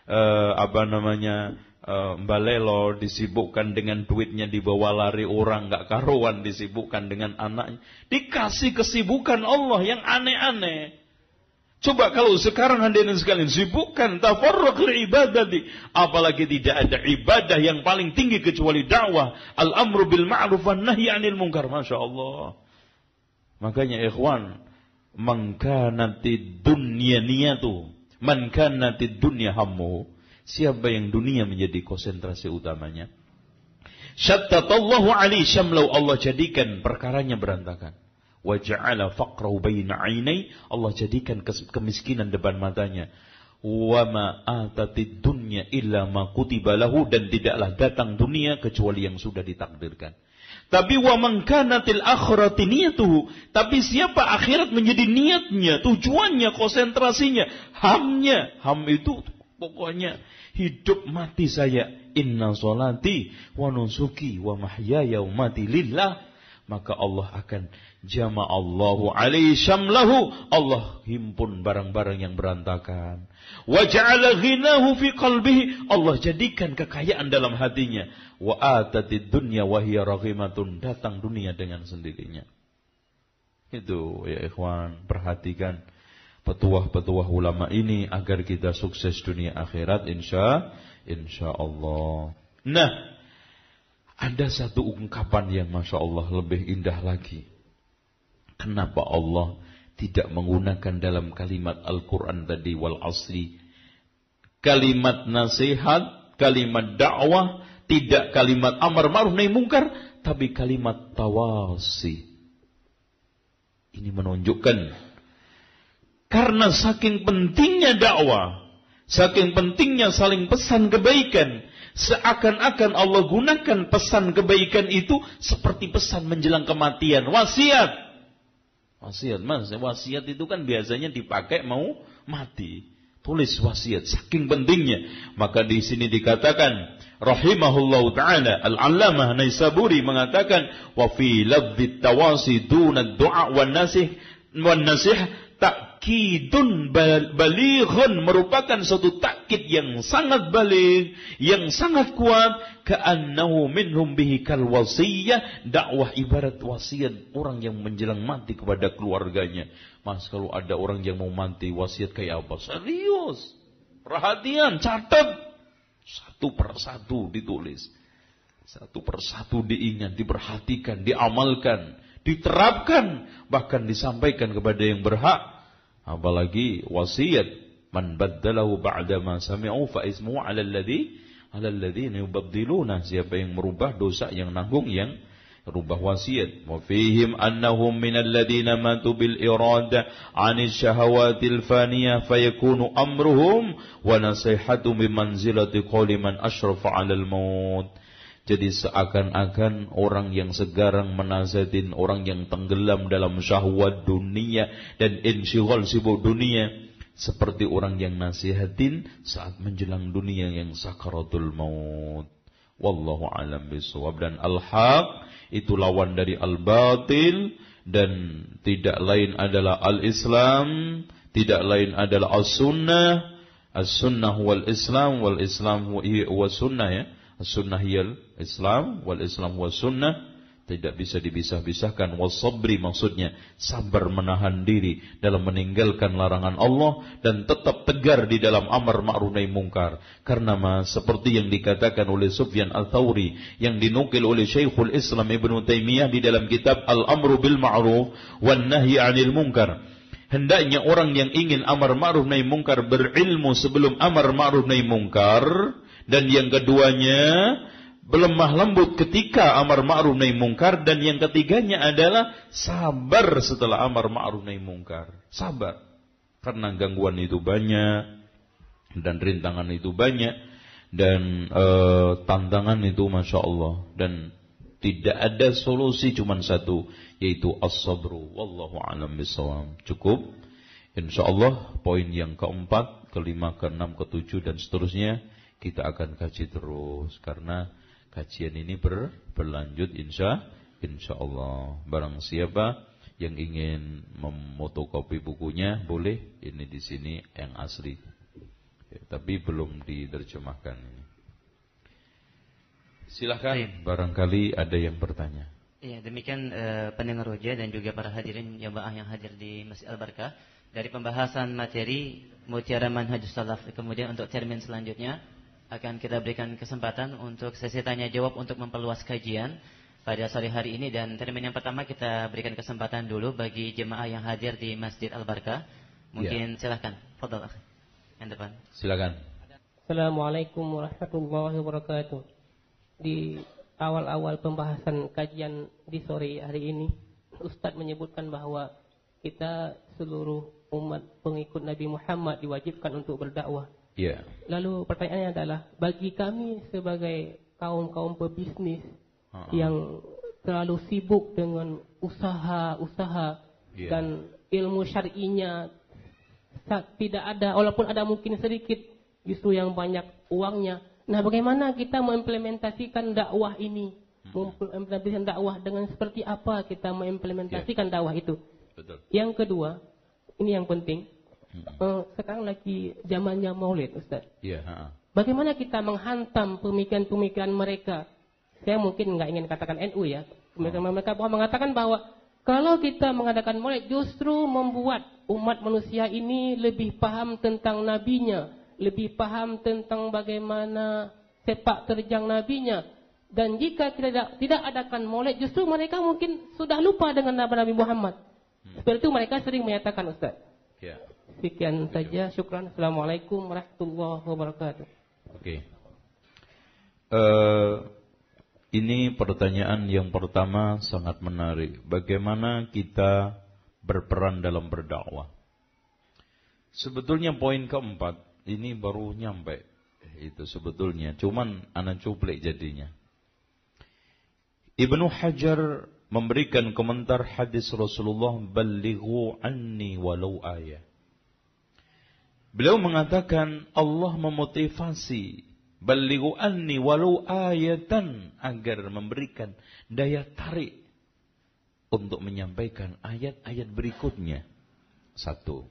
mbalelo, disibukkan dengan duitnya dibawa lari orang nggak karuan, disibukkan dengan anaknya, dikasih kesibukan Allah yang aneh-aneh. Coba kalau sekarang hadirin sekalian sibukkan tafarruq li ibadati, apalagi tidak ada ibadah yang paling tinggi kecuali dakwah, al-amru bil ma'ruf wan nahyi 'anil munkar. Masya Allah. Makanya ikhwan, man kanatid dunya niyatu, man kanatid dunya hammu, siapa yang dunia menjadi konsentrasi utamanya, syattatallahu alaihi syamlau, Allah jadikan perkaranya berantakan. Wa ja'ala faqrahu baina 'ainai, Allah jadikan kemiskinan depan matanya. Wa ma atatid dunya illa ma kutiba lahu, dan tidaklah datang dunia kecuali yang sudah ditakdirkan. Tapi wa man kanatil akhirati niyatuhu, tapi siapa akhirat menjadi niatnya, tujuannya, konsentrasinya, hamnya, ham itu pokoknya hidup mati saya, inna sholati wa nusuki wa mahyaya wa mati lillah, maka Allah akan jama'allahu alaihi syamlahu, Allah himpun barang-barang yang berantakan. Wa ja'ala ghinahu fi qalbihi, Allah jadikan kekayaan dalam hatinya. Wa atatid dunya wa hiya raghimatun, datang dunia dengan sendirinya. Itu ya ikhwan, perhatikan petuah-petuah ulama ini agar kita sukses dunia akhirat insya Allah. Nah, ada satu ungkapan yang Masya Allah lebih indah lagi. Kenapa Allah tidak menggunakan dalam kalimat Al-Quran tadi wal asri kalimat nasihat, kalimat dakwah, tidak kalimat amar ma'ruf nahi mungkar, tapi kalimat tawasi. Ini menunjukkan karena saking pentingnya dakwah, saking pentingnya saling pesan kebaikan, seakan-akan Allah gunakan pesan kebaikan itu seperti pesan menjelang kematian, wasiat. Wasiat itu kan biasanya dipakai mau mati. Tulis wasiat, saking pentingnya. Maka di sini dikatakan, rahimahullahu ta'ala, Al-Allamah Naisaburi mengatakan, wa fi lafdhi tawasi duna du'a wan nasih takkidun balighun, merupakan suatu takkid yang sangat baligh, yang sangat kuat, ka'annahu minhum bihi kal wasiyah, dakwah ibarat wasiat orang yang menjelang mati kepada keluarganya. Mas, kalau ada orang yang mau mati, wasiat kayak apa? Serius, perhatian, catat, satu persatu ditulis, satu persatu diingat, diperhatikan, diamalkan, diterapkan, bahkan disampaikan kepada yang berhak. Apalagi wasiat, man baddalahu ba'da ma sami'u fa ismuhu 'alal ladzina yubaddiluna, siapa yang merubah dosa yang nanggung yang rubah wasiat. Wa fihim annahum minal ladzina matu bil irada 'anis syahawatil faniyah fayakunu amruhum wa nasihatuhum bimanzilati qawli man asyrafa 'alal maut. Jadi seakan-akan orang yang sekarang menasihatin orang yang tenggelam dalam syahwat dunia dan insyighal sibuk dunia, seperti orang yang nasihatin saat menjelang dunia yang sakaratul maut. Wallahu a'lam bishawab. Dan al-haq itu lawan dari al-batil, dan tidak lain adalah al-islam, tidak lain adalah as-sunnah. As-sunnah wal islam, wal islam huwa sunnah ya. As-sunnah hiyal Islam, wal Islam was sunnah. Tidak bisa dipisah-pisahkan. Was-sabri maksudnya sabar menahan diri dalam meninggalkan larangan Allah dan tetap tegar di dalam amar ma'ruf nahi mungkar. Karena seperti yang dikatakan oleh Sufyan Ats-Tsauri, yang dinukil oleh Syekhul Islam Ibnu Taimiyah di dalam kitab Al-Amru bil Ma'ruf wan Nahyi 'anil Munkar. Hendaknya orang yang ingin amar ma'ruf nahi mungkar berilmu sebelum amar ma'ruf nahi mungkar. Dan yang keduanya, berlemah lembut ketika amar ma'ruf nahi mungkar. Dan yang ketiganya adalah sabar setelah amar ma'ruf nahi mungkar. Sabar. Karena gangguan itu banyak, dan rintangan itu banyak, dan tantangan itu Masya Allah. Dan tidak ada solusi, cuma satu, yaitu as-sabru. Wallahu a'lam bishawab. Cukup. InsyaAllah poin yang keempat, kelima, keenam, ketujuh, dan seterusnya kita akan kaji terus, karena kajian ini berlanjut insyaallah. Barang siapa yang ingin memotokopi bukunya boleh, ini di sini yang asli. Ya, tapi belum diterjemahkan ini. Silahkan, barangkali ada yang bertanya. Iya, demikian pendengar Roja dan juga para hadirin jamaah yang hadir di Masjid Al-Barkah. Dari pembahasan materi Mutiara Manhajus Salaf, kemudian untuk termin selanjutnya akan kita berikan kesempatan untuk sesi tanya jawab untuk memperluas kajian pada sore hari ini. Dan termin yang pertama kita berikan kesempatan dulu bagi jemaah yang hadir di Masjid Al-Barkah. Mungkin silahkan, fadhal akhi, yang depan. Silakan. Assalamualaikum warahmatullahi wabarakatuh. Di awal-awal pembahasan kajian di sore hari ini, Ustadz menyebutkan bahwa kita seluruh umat pengikut Nabi Muhammad diwajibkan untuk berdakwah. Yeah. Lalu pertanyaannya adalah, bagi kami sebagai kaum-kaum pebisnis yang terlalu sibuk dengan usaha dan ilmu syar'inya tidak ada, walaupun ada mungkin sedikit, justru yang banyak uangnya. Nah, bagaimana kita mengimplementasikan dakwah ini? Mengimplementasikan dakwah dengan seperti apa kita mengimplementasikan dakwah itu? Betul. Yang kedua, ini yang penting. Sekarang lagi zamannya Maulid, Ustaz. Iya. Bagaimana kita menghantam pemikiran-pemikiran mereka? Saya mungkin nggak ingin katakan NU ya. Mereka mengatakan bahwa kalau kita mengadakan Maulid justru membuat umat manusia ini lebih paham tentang nabinya, lebih paham tentang bagaimana sepak terjang nabinya. Dan jika kita tidak adakan Maulid, justru mereka mungkin sudah lupa dengan Nabi Muhammad. Seperti itu mereka sering menyatakan, Ustaz. Ya. Sekian saja. Syukran. Assalamualaikum warahmatullahi wabarakatuh. Oke. Ini pertanyaan yang pertama sangat menarik. Bagaimana kita berperan dalam berdakwah? Sebetulnya poin keempat ini baru nyampe. Itu sebetulnya. Cuman anak cuplik jadinya. Ibnu Hajar memberikan komentar hadis Rasulullah, "Ballighu anni walau ayah." Beliau mengatakan Allah memotivasi "Ballighu anni walau ayatan" agar memberikan daya tarik untuk menyampaikan ayat-ayat berikutnya. Satu.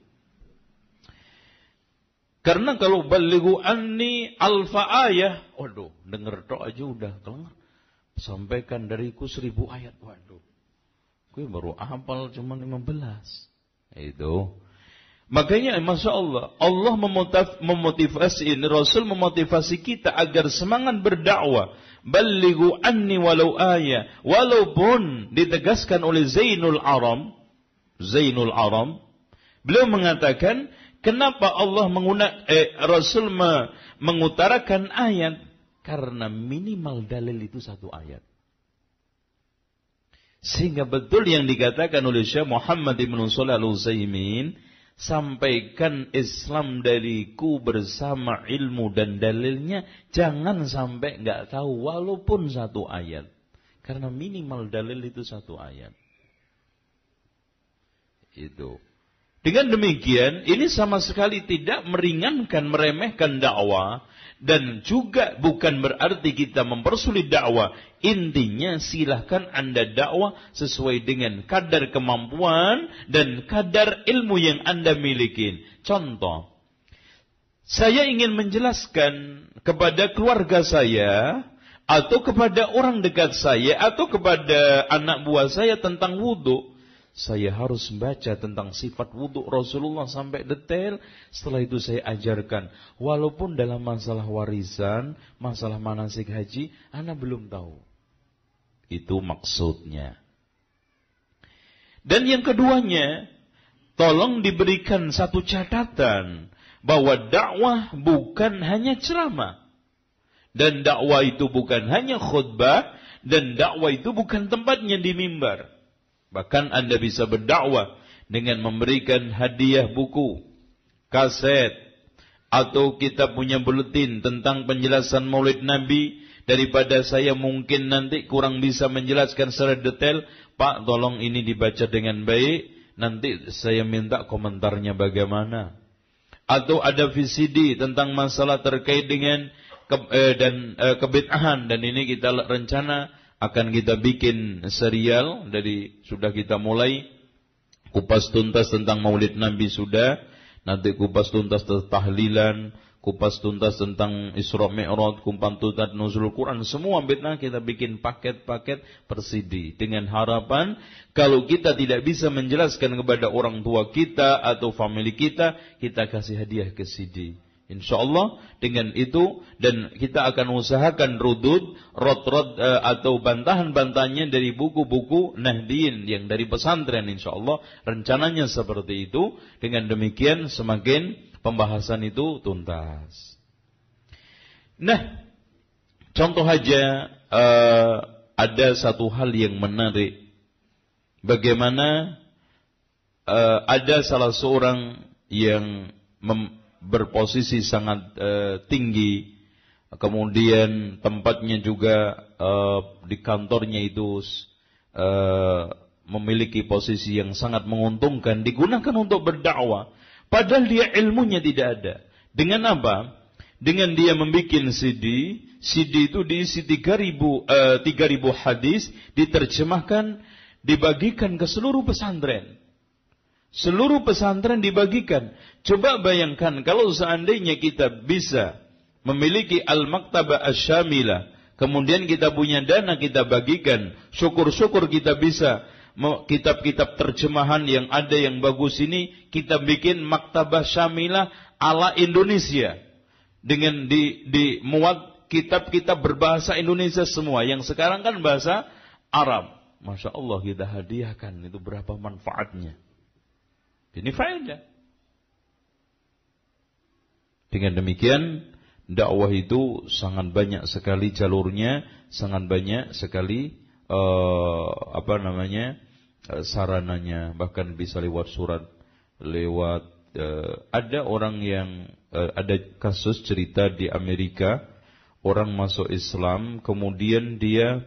Karena kalau "Ballighu anni alfa ayah", waduh, denger tok aja udah kelar. Sampaikan dariku 1000 ayat, waduh. Gue baru hafal cuma 15. Itu. Makanya Masya Allah, Allah memotivasi ini, Rasul memotivasi kita agar semangat berdakwah. Ballighu anni walau ayah. Walaupun ditegaskan oleh Zainul Aram, beliau mengatakan, kenapa Allah Rasul mengutarakan ayat? Karena minimal dalil itu 1 ayat. Sehingga betul yang dikatakan oleh Syekh Muhammad Ibn Shalih Al-Utsaimin, sampaikan Islam dariku bersama ilmu dan dalilnya, jangan sampai enggak tahu walaupun 1 ayat. Karena minimal dalil itu 1 ayat. Itu. Dengan demikian, ini sama sekali tidak meringankan, meremehkan dakwah, dan juga bukan berarti kita mempersulit dakwah. Intinya silahkan Anda dakwah sesuai dengan kadar kemampuan dan kadar ilmu yang Anda miliki. Contoh, saya ingin menjelaskan kepada keluarga saya, atau kepada orang dekat saya, atau kepada anak buah saya tentang wudu. Saya harus baca tentang sifat wudhu Rasulullah sampai detail. Setelah itu saya ajarkan. Walaupun dalam masalah warisan, masalah manasik haji, Anda belum tahu. Itu maksudnya. Dan yang keduanya, tolong diberikan satu catatan. Bahwa dakwah bukan hanya ceramah. Dan dakwah itu bukan hanya khutbah. Dan dakwah itu bukan tempatnya di mimbar. Bahkan Anda bisa berdakwah dengan memberikan hadiah buku, kaset, atau kita punya buletin tentang penjelasan Maulid Nabi. Daripada saya mungkin nanti kurang bisa menjelaskan secara detail, Pak tolong ini dibaca dengan baik, nanti saya minta komentarnya bagaimana. Atau ada VCD tentang masalah terkait dengan kebid'ahan, dan ini kita rencana akan kita bikin serial, sudah kita mulai kupas tuntas tentang Maulid Nabi sudah, nanti kupas tuntas tentang tahlilan, kupas tuntas tentang Isra Mi'raj, kupas tuntas nuzul Quran, semua bid'ah kita bikin paket-paket per CD, dengan harapan kalau kita tidak bisa menjelaskan kepada orang tua kita atau family kita, kita kasih hadiah ke CD. InsyaAllah dengan itu, dan kita akan usahakan rot atau bantahan-bantahannya dari buku-buku Nahdiyin yang dari pesantren, insyaAllah rencananya seperti itu. Dengan demikian semakin pembahasan itu tuntas. Nah, contoh aja ada satu hal yang menarik. Bagaimana ada salah seorang yang berposisi sangat tinggi, kemudian tempatnya juga di kantornya itu memiliki posisi yang sangat menguntungkan digunakan untuk berdakwah, padahal dia ilmunya tidak ada. Dengan apa? Dengan dia membuat CD itu diisi 3.000 hadis, diterjemahkan, dibagikan ke seluruh pesantren. Seluruh pesantren dibagikan. Coba bayangkan kalau seandainya kita bisa memiliki Al-Maktabah Asy-Syamilah, kemudian kita punya dana, kita bagikan, syukur-syukur kita bisa kitab-kitab terjemahan yang ada yang bagus ini kita bikin Maktabah Syamilah ala Indonesia, dengan dimuat kitab-kitab berbahasa Indonesia semua, yang sekarang kan bahasa Arab. Masya Allah, kita hadiahkan, itu berapa manfaatnya. Ini faedah. Dengan demikian dakwah itu sangat banyak sekali jalurnya, sangat banyak sekali sarananya. Bahkan bisa lewat surat, lewat ada orang yang ada kasus cerita di Amerika, orang masuk Islam, kemudian dia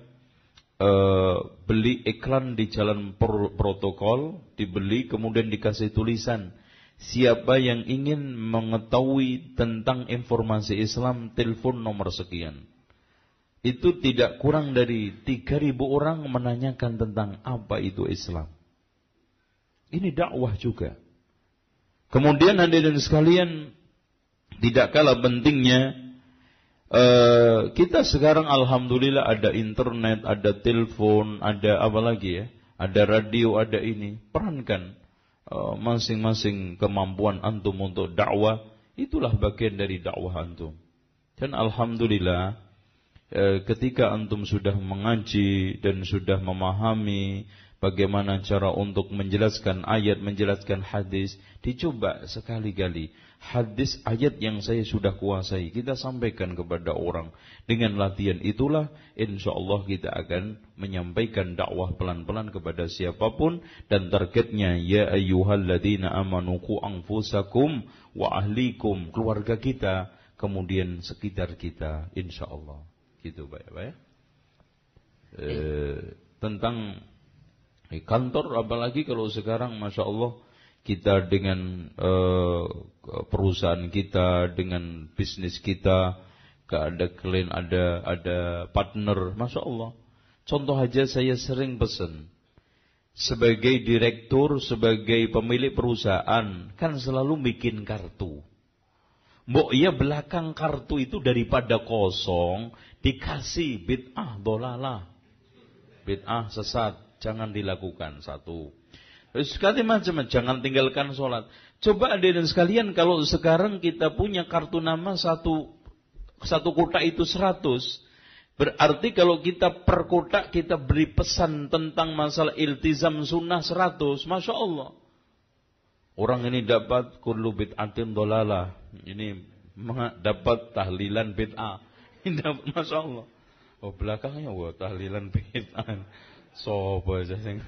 beli iklan di jalan protokol, dibeli, kemudian dikasih tulisan, siapa yang ingin mengetahui tentang informasi Islam, telepon nomor sekian. Itu tidak kurang dari 3.000 orang menanyakan tentang apa itu Islam. Ini dakwah juga. Kemudian hadirin sekalian, tidak kalah pentingnya, kita sekarang alhamdulillah ada internet, ada telepon, ada apa lagi ya, ada radio, ada ini. Perankan masing-masing kemampuan antum untuk dakwah, itulah bagian dari dakwah antum. Dan alhamdulillah, ketika antum sudah mengaji dan sudah memahami bagaimana cara untuk menjelaskan ayat, menjelaskan hadis, dicoba sekali-kali. Hadis ayat yang saya sudah kuasai, kita sampaikan kepada orang. Dengan latihan itulah insyaallah kita akan menyampaikan dakwah pelan-pelan kepada siapapun. Dan targetnya, ya ayyuhalladzina amanu qu anfusakum wa ahlikum, keluarga kita, kemudian sekitar kita, insyaallah. Gitu Pak. Tentang kantor, apalagi kalau sekarang Masya Allah, kita dengan perusahaan kita, dengan bisnis kita, ada klien, ada partner, Masya Allah. Contoh aja, saya sering pesan, sebagai direktur, sebagai pemilik perusahaan, kan selalu bikin kartu. Mbok ya belakang kartu itu daripada kosong, dikasih bid'ah dolalah, bid'ah sesat, jangan dilakukan. Satu. Sekali macam, jangan tinggalkan sholat. Coba hadirin sekalian, kalau sekarang kita punya kartu nama satu kotak itu 100, berarti kalau kita per kotak kita beri pesan tentang masalah iltizam sunnah 100, Masya Allah. Orang ini dapat kullu bid'atin dolalah, ini dapat tahlilan bid'ah, ini dapat, Masya Allah. Oh belakangnya, wah tahlilan bid'ah, sopo aja sing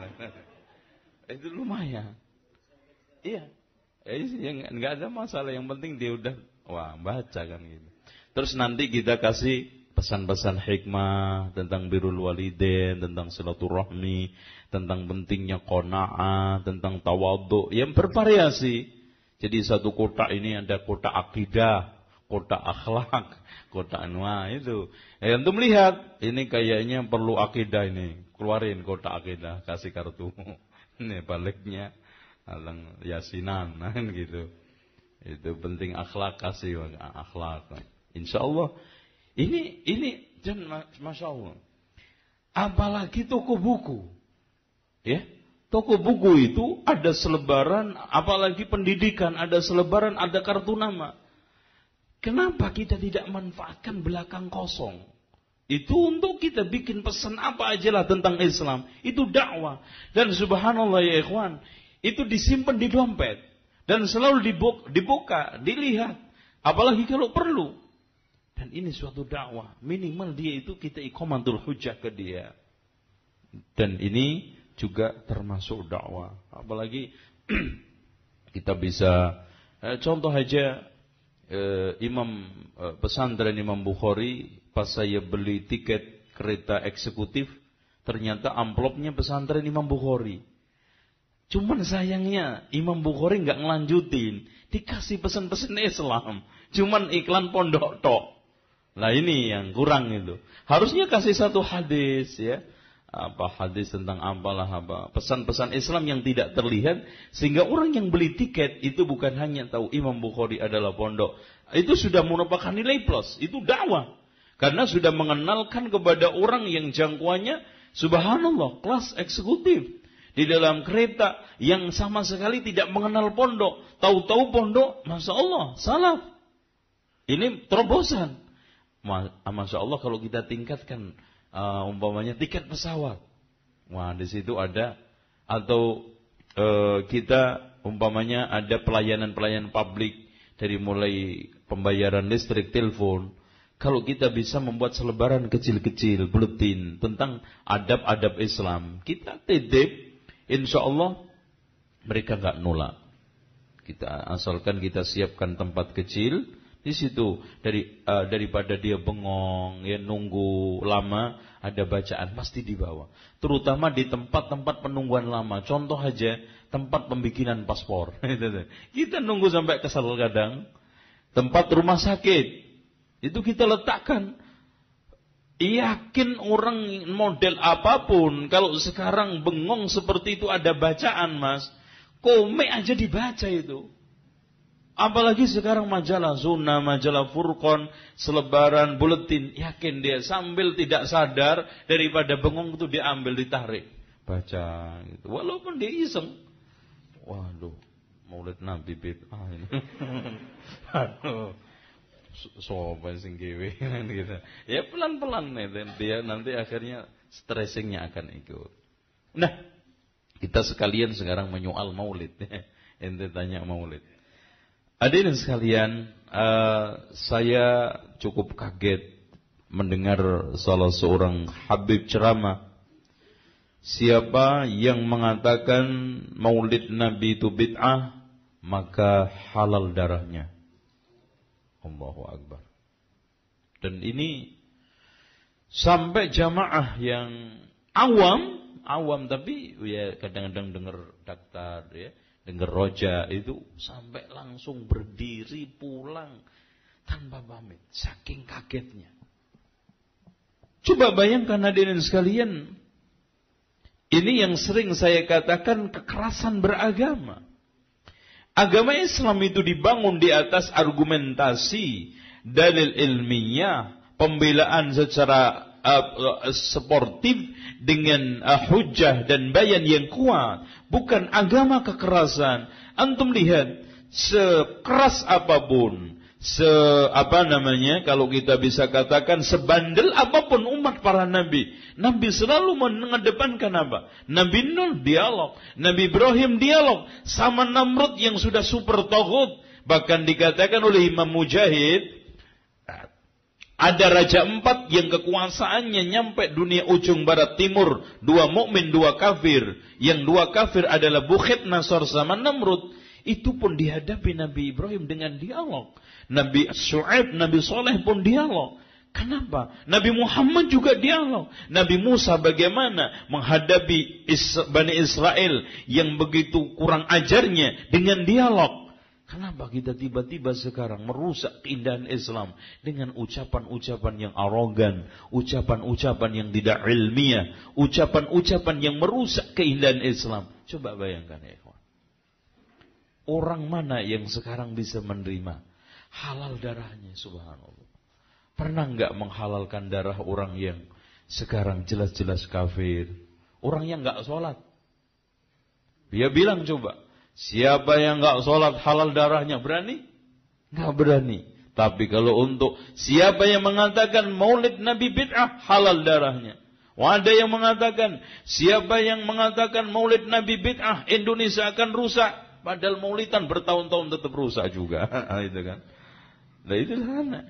itu lumayan. Iya. Enggak ada masalah, yang penting dia udah baca kan gitu. Terus nanti kita kasih pesan-pesan hikmah tentang birrul walidain, tentang silaturahmi, tentang pentingnya qanaah, tentang tawadhu, yang bervariasi. Jadi satu kotak ini ada kotak akidah, kotak akhlak, kotak itu. Antum lihat, ini kayaknya perlu akidah ini. Keluarin kotak akidah, kasih kartu. Ini baliknya alang yasinan gitu. Itu penting akhlak, kasih akhlak. Insyaallah ini dan Masya Allah. Apalagi toko buku. Ya, toko buku itu ada selebaran, apalagi pendidikan, ada selebaran, ada kartu nama. Kenapa kita tidak manfaatkan belakang kosong? Itu untuk kita bikin pesan apa aja lah tentang Islam. Itu dakwah. Dan subhanallah ya ikhwan, itu disimpan di dompet. Dan selalu dibuka, dilihat. Apalagi kalau perlu. Dan ini suatu dakwah. Minimal dia itu kita iqamatul hujjah ke dia. Dan ini juga termasuk dakwah. Apalagi kita bisa, contoh aja, pesantren Imam Bukhari, pas saya beli tiket kereta eksekutif, Ternyata amplopnya pesantren Imam Bukhari. Cuman sayangnya Imam Bukhari nggak ngelanjutin, dikasih pesan-pesan Islam, cuman iklan pondok tok. Nah ini yang kurang itu. Harusnya kasih satu hadis ya, apa hadis tentang apalah apa pesan-pesan Islam yang tidak terlihat, sehingga orang yang beli tiket itu bukan hanya tahu Imam Bukhari adalah pondok, itu sudah merupakan nilai plus, itu dakwah, karena sudah mengenalkan kepada orang yang jangkauannya, subhanallah, kelas eksekutif. Di dalam kereta yang sama sekali tidak mengenal pondok. Tahu-tahu pondok, Masya Allah, salaf. Ini terobosan. Masya Allah kalau kita tingkatkan umpamanya tiket pesawat. Wah di situ ada. Atau kita umpamanya ada pelayanan-pelayanan publik. Dari mulai pembayaran listrik, telepon. Kalau kita bisa membuat selebaran kecil-kecil, buletin tentang adab-adab Islam. Kita titip. Insya Allah mereka nggak nolak. Kita asalkan kita siapkan tempat kecil di situ, daripada dia bengong, ya nunggu lama, ada bacaan pasti dibawa. Terutama di tempat-tempat penungguan lama. Contoh aja tempat pembikinan paspor. Kita nunggu sampai kesal kadang. Tempat rumah sakit itu kita letakkan. Yakin orang model apapun, kalau sekarang bengong seperti itu ada bacaan mas, komik aja dibaca itu. Apalagi sekarang majalah Sunnah, majalah Furqan, selebaran, buletin, yakin dia sambil tidak sadar daripada bengong itu diambil, ditarik, baca gitu. Walaupun dia iseng. Waduh, Maulid Nabi bid'ah ini. Aduh. Sobat sing gawe gitu. Ya pelan-pelan dia nanti akhirnya stressingnya akan ikut. Nah, kita sekalian sekarang menyoal Maulid. Ente tanya Maulid. Hadirin sekalian, saya cukup kaget mendengar salah seorang habib ceramah. Siapa yang mengatakan Maulid Nabi itu bid'ah, maka halal darahnya. Allahu Akbar. Dan ini sampai jamaah yang awam tapi ya kadang-kadang dengar daktar ya, dengar roja itu sampai langsung berdiri pulang tanpa pamit, saking kagetnya. Coba bayangkan hadirin sekalian, ini yang sering saya katakan kekerasan beragama. Agama Islam itu dibangun di atas argumentasi, dalil ilmiah, pembelaan secara sportif dengan hujjah dan bayan yang kuat, bukan agama kekerasan. Antum lihat, sekeras apapun, kalau kita bisa katakan sebandel apapun umat para nabi, Nabi selalu mengedepankan apa? Nabi Nuh dialog, Nabi Ibrahim dialog sama Namrud yang sudah super taghut. Bahkan dikatakan oleh Imam Mujahid, ada raja 4 yang kekuasaannya nyampe dunia ujung barat timur, 2 mukmin 2 kafir. Yang 2 kafir adalah Bukht Nasr sama Namrud. Itu pun dihadapi Nabi Ibrahim dengan dialog. Nabi Syu'aib, Nabi Saleh pun dialog. Kenapa? Nabi Muhammad juga dialog. Nabi Musa bagaimana menghadapi Bani Israel yang begitu kurang ajarnya dengan dialog. Kenapa kita tiba-tiba sekarang merusak keindahan Islam dengan ucapan-ucapan yang arogan, ucapan-ucapan yang tidak ilmiah, ucapan-ucapan yang merusak keindahan Islam. Coba bayangkan ya kawan. Orang mana yang sekarang bisa menerima halal darahnya, subhanallah. Pernah enggak menghalalkan darah orang yang sekarang jelas-jelas kafir, orang yang enggak sholat? Dia bilang coba, siapa yang enggak sholat halal darahnya, berani? Enggak berani. Tapi kalau untuk siapa yang mengatakan Maulid Nabi bid'ah, halal darahnya. Ada yang mengatakan siapa yang mengatakan Maulid Nabi bid'ah, Indonesia akan rusak. Padahal maulidan bertahun-tahun tetap rusak juga. Itu kan. Nah itu sana.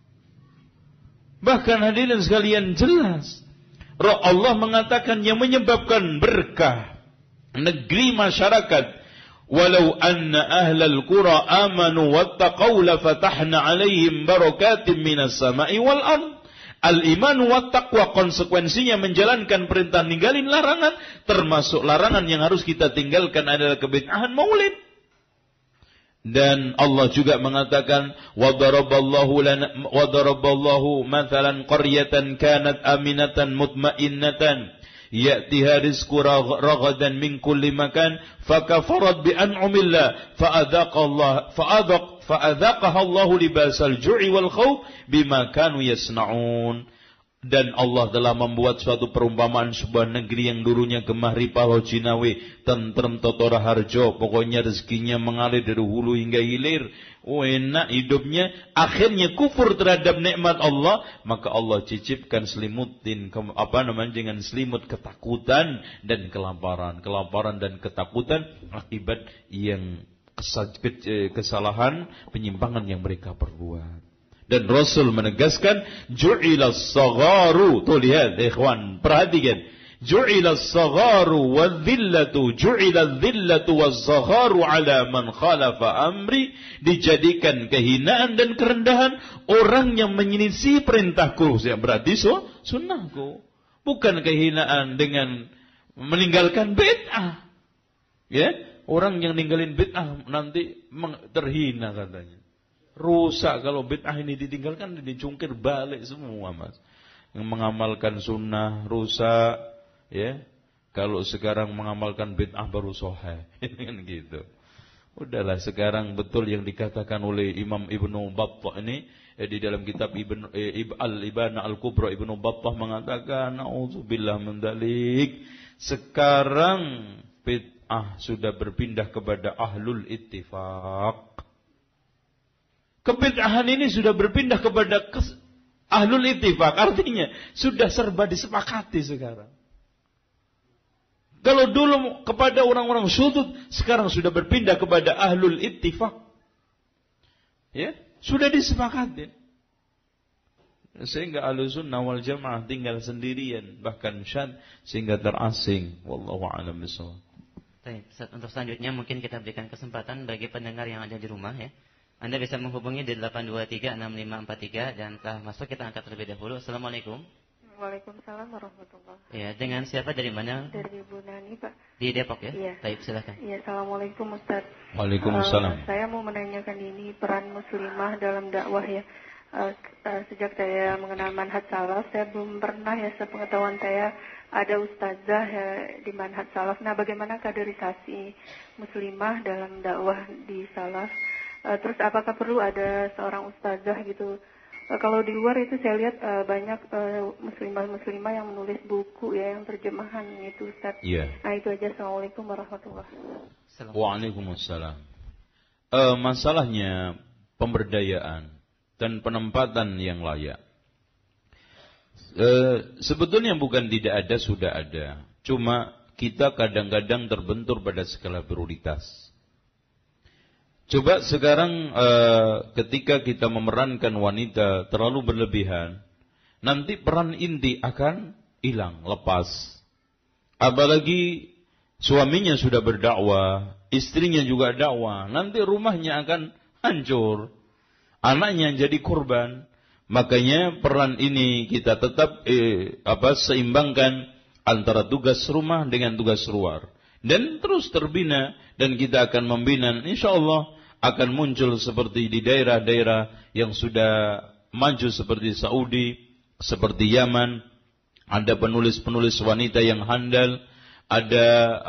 Bahkan hadirin sekalian jelas. Allah mengatakan yang menyebabkan berkah negeri masyarakat. Walau anna ahlal qura amanu wattaqaw la fatahna alaihim barakatim minas sama'i wal ard. Al-iman wa taqwa, konsekuensinya menjalankan perintah, ninggalin larangan. Termasuk larangan yang harus kita tinggalkan adalah kebid'ahan maulid. Dan Allah juga mengatakan, wa daraballahu mathalan qaryatan kanat aminatan mutmainnatan ya'tiha rizqu ragadan min kulli makan fakafarat bi an'amillah fa'adhaqaha Allahu libasal ju'i wal khawf bima kanu yasna'un. Dan Allah telah membuat suatu perumpamaan sebuah negeri yang dulunya gemah ripah jinawi, tentrem totora harjo, pokoknya rezekinya mengalir dari hulu hingga hilir, enak hidupnya, akhirnya kufur terhadap nikmat Allah, maka Allah cicipkan selimutin dengan selimut ketakutan dan kelaparan dan ketakutan akibat yang kesalahan penyimpangan yang mereka perbuat. Dan Rasul menegaskan, ju'ilas sagharu, tuh lihat ikhwan, perhatikan, ju'ilas sagharu wadh-dhillatu, ju'ilal dhillatu waz-sagharu ala man khalafa amri, dijadikan kehinaan dan kerendahan orang yang menyelisih perintahku, berarti sunnahku. Bukan kehinaan dengan meninggalkan bid'ah. Ya, orang yang ninggalin bid'ah nanti terhina katanya. Rusak kalau bid'ah ini ditinggalkan, dicungkir balik semua, Mas. Yang mengamalkan sunnah rusak, ya. Kalau sekarang mengamalkan bid'ah baru sahih, kan gitu. Udahlah, sekarang betul yang dikatakan oleh Imam Ibnu Battah ini di dalam kitab Al-Ibana Al-Kubra, Ibnu Battah mengatakan, na'udzubillah min dzalik. Sekarang bid'ah sudah berpindah kepada ahlul ittifaq. Kebid'ahan ini sudah berpindah kepada ahlul ittifaq, artinya sudah serba disepakati sekarang. Kalau dulu kepada orang-orang syudud, sekarang sudah berpindah kepada ahlul ittifaq. Ya, sudah disepakati. Sehingga Ahlussunnah wal Jamaah tinggal sendirian, bahkan syad sehingga terasing. Wallahu a'lam bishawab. Baik, untuk selanjutnya mungkin kita berikan kesempatan bagi pendengar yang ada di rumah, ya. Anda bisa menghubungi di 8236543 dan telah masuk kita angkat terlebih dahulu. Assalamualaikum. Waalaikumsalam warahmatullahi. Ya, dengan siapa, dari mana? Dari Bu Nani, Pak. Di Depok, ya? Iya. Baik, silakan. Iya, assalamualaikum Ustaz. Waalaikumsalam. Saya mau menanyakan ini peran muslimah dalam dakwah, ya. Sejak saya mengenal manhaj salaf, saya belum pernah, ya, sepengetahuan saya ada ustazah, ya, di manhaj salaf. Nah, bagaimana kaderisasi muslimah dalam dakwah di salaf? Terus apakah perlu ada seorang ustazah gitu? Kalau di luar itu saya lihat banyak muslimah yang menulis buku, ya, yang terjemahan itu, Ustaz. Iya. Nah, itu aja. Assalamualaikum warahmatullahi wabarakatuh. Waalaikumsalam. Masalahnya pemberdayaan dan penempatan yang layak. Sebetulnya bukan tidak ada, sudah ada. Cuma kita kadang-kadang terbentur pada skala prioritas. Coba sekarang ketika kita memerankan wanita terlalu berlebihan, nanti peran inti akan hilang, lepas. Apalagi suaminya sudah berdakwah, istrinya juga dakwah, nanti rumahnya akan hancur, anaknya jadi korban. Makanya peran ini kita tetap seimbangkan antara tugas rumah dengan tugas luar, dan terus terbina, dan kita akan membina, insyaallah akan muncul seperti di daerah-daerah yang sudah maju seperti Saudi, seperti Yaman. Ada penulis-penulis wanita yang handal, ada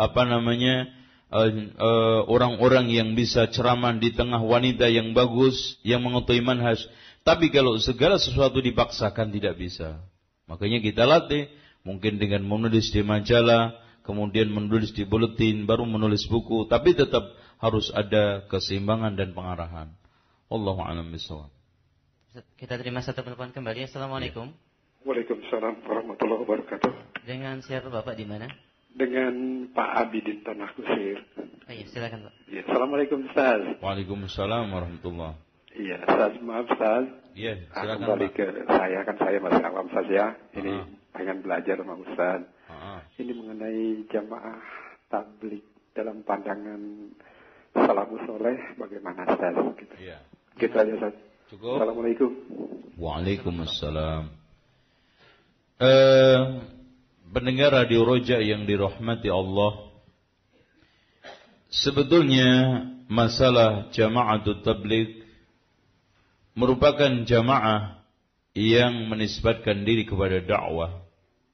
orang-orang yang bisa ceramah di tengah wanita yang bagus, yang mengetahui manhaj. Tapi kalau segala sesuatu dipaksakan tidak bisa. Makanya kita latih, mungkin dengan menulis di majalah, kemudian menulis di buletin, baru menulis buku, tapi tetap harus ada keseimbangan dan pengarahan. Wallahu a'lam bishawab. Kita terima satu penelpon kembali. Assalamualaikum. Waalaikumsalam warahmatullahi wabarakatuh. Dengan siapa Bapak, di mana? Dengan Pak Abidin Tanah Kusir. Iya, silakan Pak. Ya, assalamualaikum Ustaz. Waalaikumsalam warahmatullahi. Iya, Ustaz, maaf Ustaz. Iya, silakan. Kembali ke saya masih awam saja. Ini pengen belajar sama Ustaz. Ini mengenai jamaah tabligh dalam pandangan salafus soleh, bagaimana Ustaz? Gitu. Iya. Gitu aja Ustaz. Cukup. Assalamualaikum. Waalaikumsalam. Pendengar Radio Roja yang dirahmati Allah, sebetulnya masalah jama'atut tabligh merupakan jamaah yang menisbatkan diri kepada dakwah.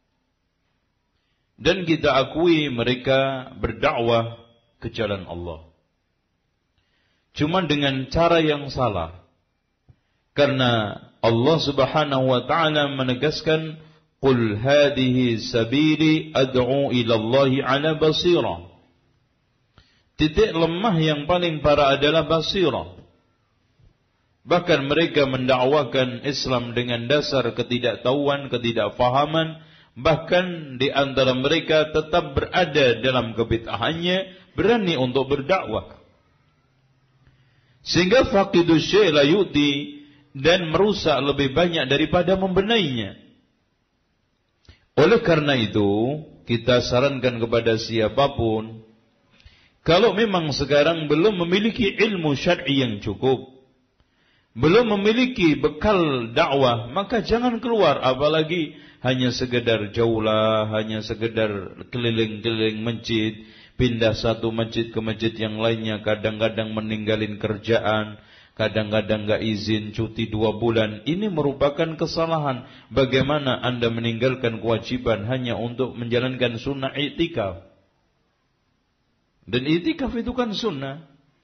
Dan kita akui mereka berdakwah ke jalan Allah. Cuma dengan cara yang salah. Karena Allah Subhanahu wa taala menegaskan, "Qul hadhihi sabili ad'u ila Allah 'ala basirah." Titik lemah yang paling parah adalah basirah. Bahkan mereka mendakwakan Islam dengan dasar ketidaktahuan, ketidakfahaman. Bahkan di antara mereka tetap berada dalam kebid'ahannya, berani untuk berdakwah. Sehingga faqidus syai' la yu'ti, dan merusak lebih banyak daripada membenainya. Oleh karena itu, kita sarankan kepada siapapun, kalau memang sekarang belum memiliki ilmu syar'i yang cukup, belum memiliki bekal dakwah, maka jangan keluar, apalagi hanya sekedar jaulah, hanya sekedar keliling-keliling masjid, pindah satu masjid ke masjid yang lainnya, kadang-kadang meninggalin kerjaan, kadang-kadang gak izin cuti 2 bulan. Ini merupakan kesalahan. Bagaimana Anda meninggalkan kewajiban hanya untuk menjalankan sunnah i'tikaf? Dan i'tikaf itu kan sunnah.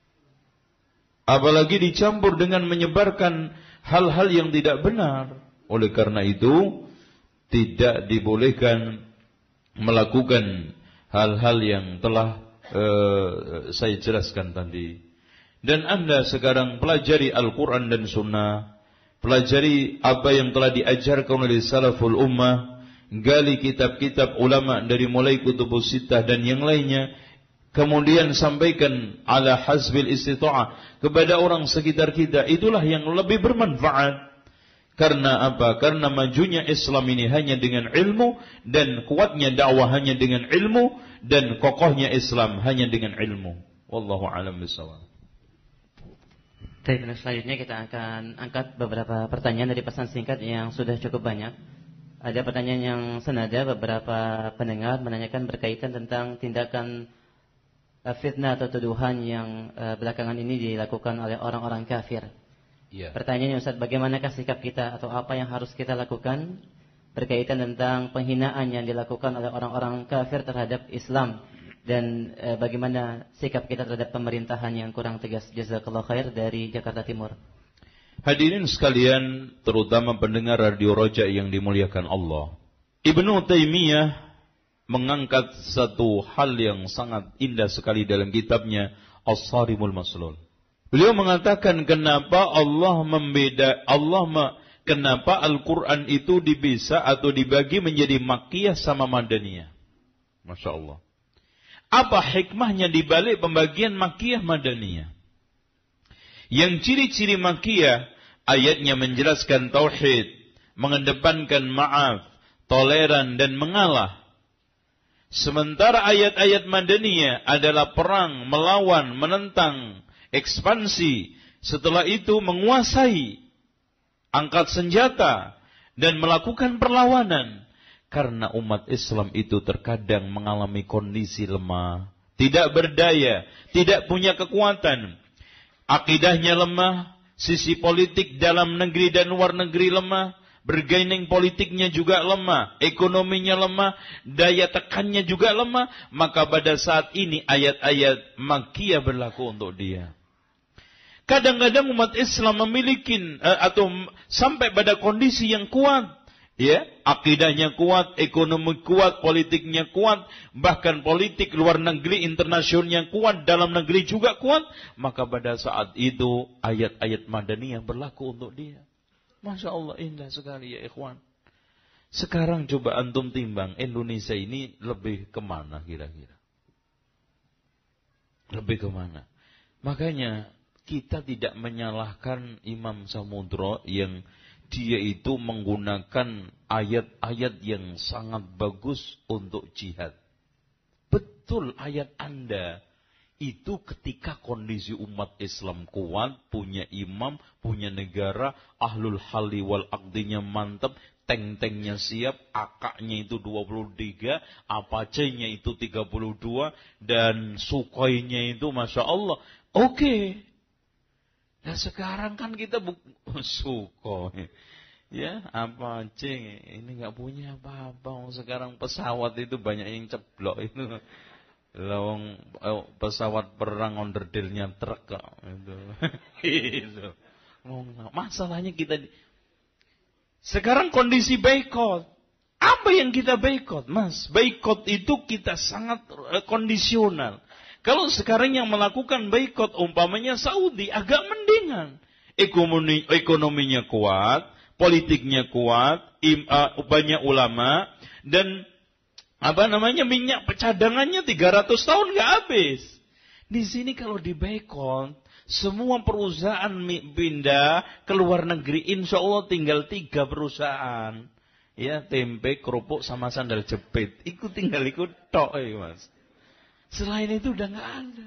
Apalagi dicampur dengan menyebarkan hal-hal yang tidak benar. Oleh karena itu, tidak dibolehkan melakukan hal-hal yang telah saya jelaskan tadi. Dan Anda sekarang pelajari Al-Quran dan Sunnah, pelajari apa yang telah diajarkan oleh salaful ummah, gali kitab-kitab ulama dari mulai Kutubus Sittah dan yang lainnya, kemudian sampaikan ala hasbil istita'ah kepada orang sekitar kita. Itulah yang lebih bermanfaat. Karena apa? Karena majunya Islam ini hanya dengan ilmu, dan kuatnya dakwah hanya dengan ilmu, dan kokohnya Islam hanya dengan ilmu. Wallahu a'lam bishawab. Baik, selanjutnya kita akan angkat beberapa pertanyaan dari pesan singkat yang sudah cukup banyak. Ada pertanyaan yang senada, beberapa pendengar menanyakan berkaitan tentang tindakan fitnah atau tuduhan yang belakangan ini dilakukan oleh orang-orang kafir. Ya. Pertanyaannya Ustaz, bagaimanakah sikap kita atau apa yang harus kita lakukan berkaitan tentang penghinaan yang dilakukan oleh orang-orang kafir terhadap Islam, dan bagaimana sikap kita terhadap pemerintahan yang kurang tegas? Jazakallahu khair dari Jakarta Timur. Hadirin sekalian, terutama pendengar Radio Roja yang dimuliakan Allah, Ibnu Taimiyah mengangkat satu hal yang sangat indah sekali dalam kitabnya As-Sarimul Maslul. Beliau mengatakan kenapa kenapa Al-Quran itu bisa atau dibagi menjadi Makkiyah sama Madaniyah. Masya Allah. Apa hikmahnya dibalik pembagian Makkiyah Madaniyah? Yang ciri-ciri Makkiyah, ayatnya menjelaskan tauhid, mengedepankan maaf, toleran dan mengalah. Sementara ayat-ayat Madaniyah adalah perang, melawan, menentang, ekspansi, setelah itu menguasai, angkat senjata, dan melakukan perlawanan. Karena umat Islam itu terkadang mengalami kondisi lemah, tidak berdaya, tidak punya kekuatan, akidahnya lemah, sisi politik dalam negeri dan luar negeri lemah, bergaining politiknya juga lemah, ekonominya lemah, daya tekannya juga lemah. Maka pada saat ini ayat-ayat Makkiyah berlaku untuk dia. Kadang-kadang umat Islam memiliki atau sampai pada kondisi yang kuat, ya, akidahnya kuat, ekonomi kuat, politiknya kuat, bahkan politik luar negeri internasionalnya kuat, dalam negeri juga kuat. Maka pada saat itu ayat-ayat Madaniyah berlaku untuk dia. Masya Allah, indah sekali ya ikhwan. Sekarang coba antum timbang, Indonesia ini lebih kemana kira-kira? Lebih kemana? Makanya kita tidak menyalahkan Imam Samudra yang dia itu menggunakan ayat-ayat yang sangat bagus untuk jihad. Betul, ayat Anda itu ketika kondisi umat Islam kuat, punya imam, punya negara, ahlul halli wal aqdinya mantap, tank-tanknya siap, AK-nya itu 23, Apache-nya itu 32, dan Sukhoi-nya itu Masya Allah. Oke. Nah sekarang kan kita Sukhoi. Ya, Apache, ini nggak punya apa-apa. Sekarang pesawat itu banyak yang ceblok itu. Lawang pesawat perang onderdilnya truk kok. Itu. Masalahnya kita sekarang kondisi boikot. Apa yang kita boikot, Mas? Boikot itu kita sangat kondisional. Kalau sekarang yang melakukan boikot umpamanya Saudi agak mendingan. Ekonominya kuat, politiknya kuat, banyak ulama, dan minyak cadangannya 300 tahun nggak habis. Di sini kalau di boikot, semua perusahaan pindah ke luar negeri, insya Allah tinggal 3 perusahaan. Ya, tempe, kerupuk, sama sandal jepit. Tinggal ikut tok, Mas. Selain itu udah nggak ada.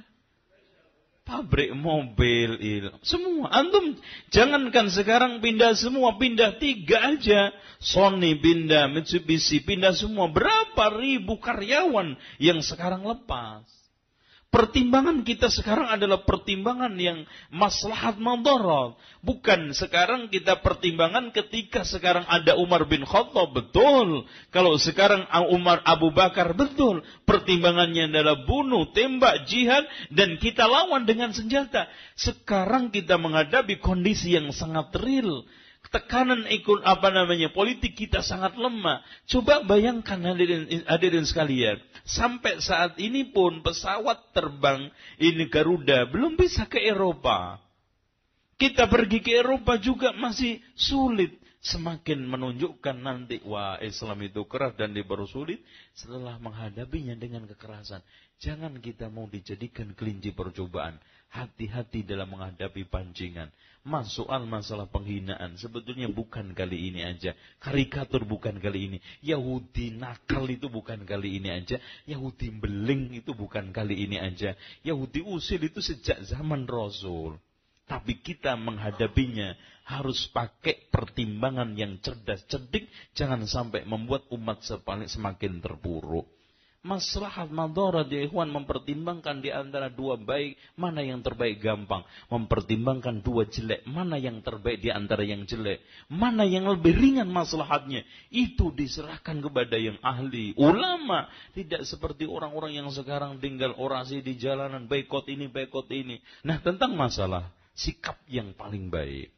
Pabrik mobil, semua. Antum jangankan sekarang pindah semua, pindah 3 aja. Sony pindah, Mitsubishi pindah semua. Berapa ribu karyawan yang sekarang lepas? Pertimbangan kita sekarang adalah pertimbangan yang maslahat madarat. Bukan sekarang kita pertimbangan ketika sekarang ada Umar bin Khattab, betul. Kalau sekarang Umar Abu Bakar, betul. Pertimbangannya adalah bunuh, tembak, jihad, dan kita lawan dengan senjata. Sekarang kita menghadapi kondisi yang sangat real. Tekanan politik kita sangat lemah. Coba bayangkan hadirin sekalian, sampai saat ini pun pesawat terbang ini Garuda belum bisa ke Eropa. Kita pergi ke Eropa juga masih sulit. Semakin menunjukkan nanti Islam itu keras dan dipersulit setelah menghadapinya dengan kekerasan. Jangan kita mau dijadikan kelinci percobaan. Hati-hati dalam menghadapi pancingan. Soal masalah penghinaan sebetulnya bukan kali ini aja. Karikatur bukan kali ini. Yahudi nakal itu bukan kali ini aja. Yahudi beling itu bukan kali ini aja. Yahudi usil itu sejak zaman Rasul. Tapi kita menghadapinya harus pakai pertimbangan yang cerdas, cerdik. Jangan sampai membuat umat semakin terpuruk. Maslahat madarat ya ikhwan, mempertimbangkan di antara 2 baik, mana yang terbaik gampang. Mempertimbangkan 2 jelek, mana yang terbaik di antara yang jelek. Mana yang lebih ringan maslahatnya. Itu diserahkan kepada yang ahli, ulama. Tidak seperti orang-orang yang sekarang tinggal orasi di jalanan, boikot ini, boikot ini. Nah, tentang masalah sikap yang paling baik.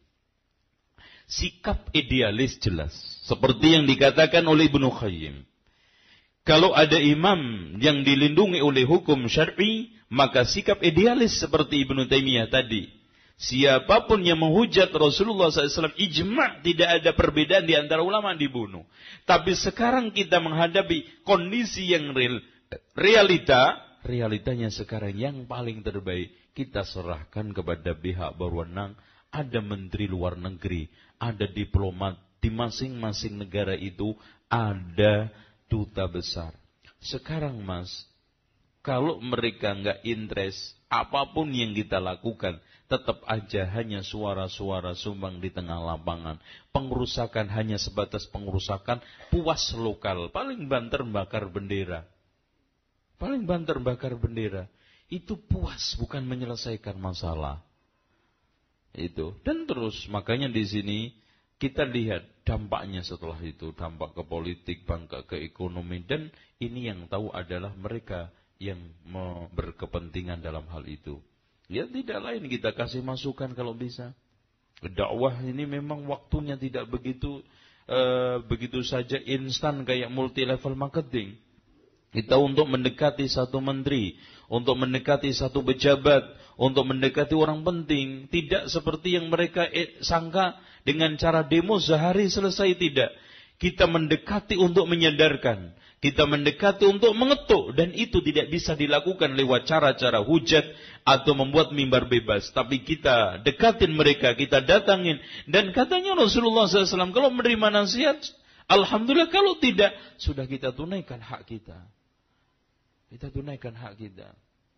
Sikap idealis jelas. Seperti yang dikatakan oleh Ibnu Qayyim. Kalau ada imam yang dilindungi oleh hukum syar'i, maka sikap idealis seperti Ibnu Taimiyah tadi. Siapapun yang menghujat Rasulullah SAW, ijma' tidak ada perbedaan di antara ulama dibunuh. Tapi sekarang kita menghadapi kondisi yang real, realitanya sekarang yang paling terbaik. Kita serahkan kepada pihak berwenang, ada menteri luar negeri, ada diplomat, di masing-masing negara itu ada duta besar. Sekarang Mas, kalau mereka nggak interest, apapun yang kita lakukan, tetap aja hanya suara-suara sumbang di tengah lapangan. Pengerusakan hanya sebatas pengerusakan, puas lokal. Paling banter bakar bendera. Itu puas, bukan menyelesaikan masalah. Itu. Dan terus, makanya di sini kita lihat dampaknya setelah itu, dampak ke politik, dampak ke ekonomi, dan ini yang tahu adalah mereka yang berkepentingan dalam hal itu. Ya tidak lain kita kasih masukan kalau bisa. Dakwah ini memang waktunya tidak begitu saja instan kayak multi level marketing. Kita untuk mendekati satu menteri, untuk mendekati satu pejabat, untuk mendekati orang penting, tidak seperti yang mereka sangka dengan cara demo sehari selesai, tidak. Kita mendekati untuk menyadarkan, kita mendekati untuk mengetuk, dan itu tidak bisa dilakukan lewat cara-cara hujat atau membuat mimbar bebas. Tapi kita dekatin mereka, kita datangin, dan katanya Rasulullah SAW kalau menerima nasihat, alhamdulillah, kalau tidak, sudah kita tunaikan hak kita. Kita tunaikan hak kita.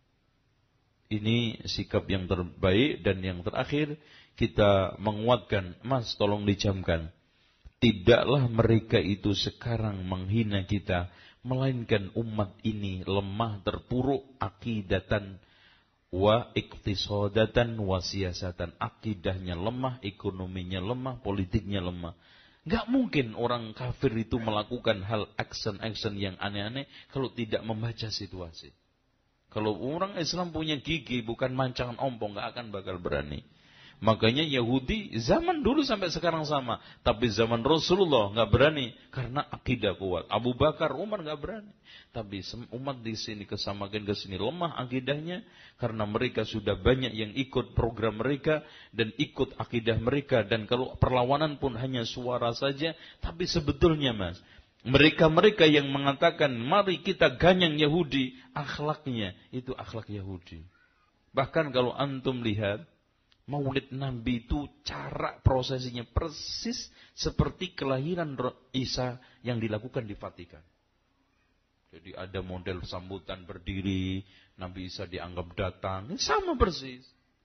Ini sikap yang terbaik. Dan yang terakhir, kita menguatkan, Mas tolong dijamkan. tidaklah mereka itu sekarang menghina kita, melainkan umat ini lemah, terpuruk akidatan wa iktisadatan wa siyasatan. Akidahnya lemah, ekonominya lemah, politiknya lemah. Gak mungkin orang kafir itu melakukan hal action yang aneh-aneh kalau tidak membaca situasi. Kalau orang Islam punya gigi, bukan mancangan ompong, gak akan bakal berani. Makanya Yahudi zaman dulu sampai sekarang sama. Tapi zaman Rasulullah gak berani. Karena akidah kuat. Abu Bakar, Umar gak berani. Tapi umat di sini kesamakan ke sini lemah akidahnya. Karena mereka sudah banyak yang ikut program mereka. Dan ikut akidah mereka. Dan kalau perlawanan pun hanya suara saja. Tapi sebetulnya mas, mereka-mereka yang mengatakan mari kita ganyang Yahudi, akhlaknya itu akhlak Yahudi. Bahkan kalau antum lihat Maulid Nabi itu cara prosesinya persis seperti kelahiran Isa yang dilakukan di Vatikan. Jadi ada model sambutan berdiri, Nabi Isa dianggap datang, sama persis.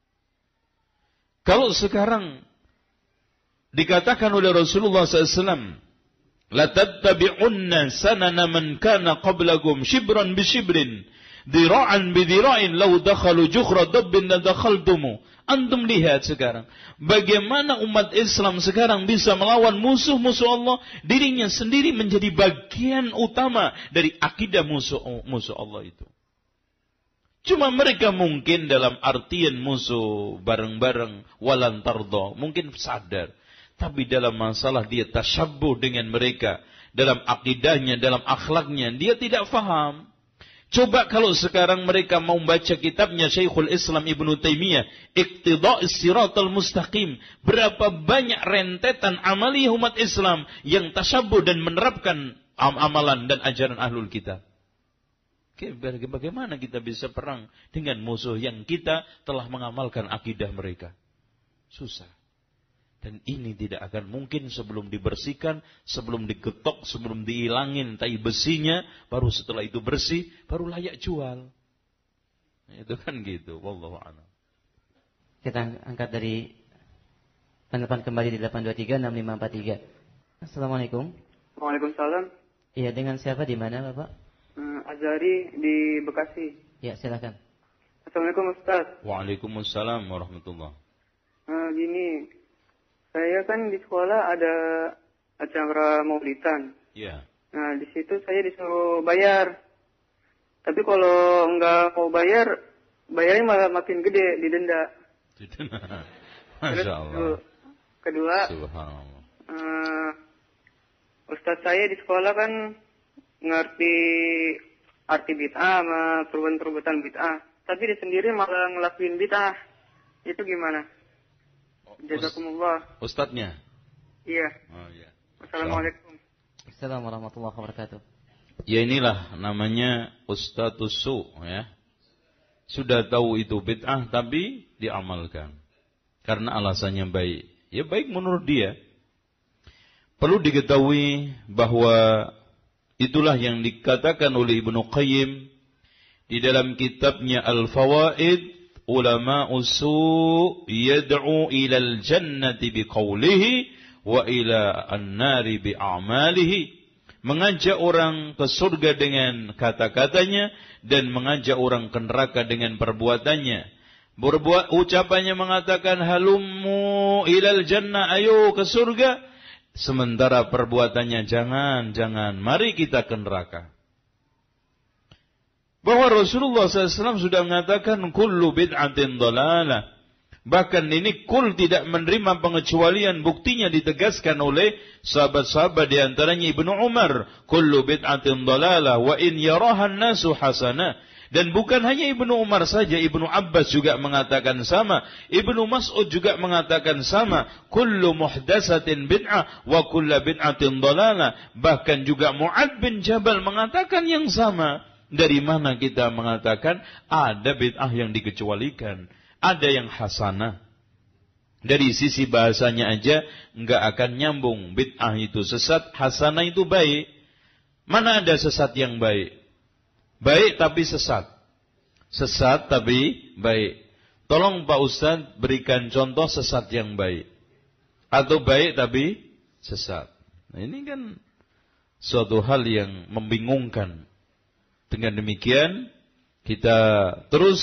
Kalau sekarang dikatakan oleh Rasulullah SAW, la tattabi'unna sanana man kana qablakum shibran bi shibrin, dira'an bi dira'in, law dakhalu jukhra dabbin la dakhaltumu. Antum lihat sekarang, bagaimana umat Islam sekarang bisa melawan musuh-musuh Allah, dirinya sendiri menjadi bagian utama dari akidah musuh Allah itu. Cuma mereka mungkin dalam artian musuh bareng-bareng, walan tardo, mungkin sadar. Tapi dalam masalah dia tasyabbuh dengan mereka, dalam akidahnya, dalam akhlaknya, dia tidak faham. Coba kalau sekarang mereka mau baca kitabnya Syekhul Islam Ibnu Taimiyah, Iqtida'is Siratal Mustaqim. Berapa banyak rentetan amaliyah umat Islam yang tasyabbuh dan menerapkan amalan dan ajaran ahlul kitab. Bagaimana kita bisa perang dengan musuh yang kita telah mengamalkan akidah mereka? Susah. Dan ini tidak akan mungkin sebelum dibersihkan, sebelum digetok, sebelum dihilangin tai besinya, baru setelah itu bersih, baru layak jual. Itu kan gitu. Wallahu a'lam. Kita angkat dari penelpon kembali di 8236543. Assalamualaikum. Waalaikumsalam. Iya, dengan siapa di mana Bapak? Azhari di Bekasi. Ya, silakan. Assalamualaikum Ustaz. Waalaikumsalam warahmatullah. Gini, saya kan di sekolah ada acara maulidan. Iya. Nah, di situ saya disuruh bayar. Tapi kalau nggak mau bayar, bayarnya malah makin gede, didenda. Masya Allah. Terus, kedua, Subhanallah. Ustaz saya di sekolah kan ngerti arti bid'ah sama perbuatan bid'ah. Tapi dia sendiri malah ngelakuin bid'ah. Itu gimana? Jazakumullah. Ustadznya? Iya. Oh iya. Assalamualaikum. Assalamualaikum warahmatullahi wabarakatuh. Ya inilah namanya ustadz su, ya. Sudah tahu itu bid'ah tapi diamalkan. Karena alasannya baik. Ya baik menurut dia. Perlu diketahui bahwa itulah yang dikatakan oleh Ibnu Qayyim di dalam kitabnya Al-Fawaid. Ulama usu yad'u ilal jannati biqaulihi wa ila an-nari bi'amalihi. Mengajak orang ke surga dengan kata-katanya dan mengajak orang ke neraka dengan perbuatannya. Ucapannya mengatakan halummu ilal jannah, ayo ke surga. Sementara perbuatannya jangan, mari kita ke neraka. Bahwa Rasulullah SAW sudah mengatakan kullu bid'atin dhalalah. Bahkan ini kul tidak menerima pengecualian, buktinya ditegaskan oleh sahabat-sahabat di antaranya Ibnu Umar, kullu bid'atin dhalalah wa in yarahan nasu hasanah. Dan bukan hanya Ibnu Umar saja, Ibnu Abbas juga mengatakan sama, Ibnu Mas'ud juga mengatakan sama, kullu muhdatsatin bid'ah wa kullu bid'atin dhalalah. Bahkan juga Mu'adz bin Jabal mengatakan yang sama. Dari mana kita mengatakan ada bid'ah yang dikecualikan, ada yang hasanah? Dari sisi bahasanya aja enggak akan nyambung. Bid'ah itu sesat, hasanah itu baik. Mana ada sesat yang baik? Baik tapi sesat. Sesat tapi baik. Tolong Pak Ustadz berikan contoh sesat yang baik. Atau baik tapi sesat. Nah, ini kan suatu hal yang membingungkan. Dengan demikian, kita terus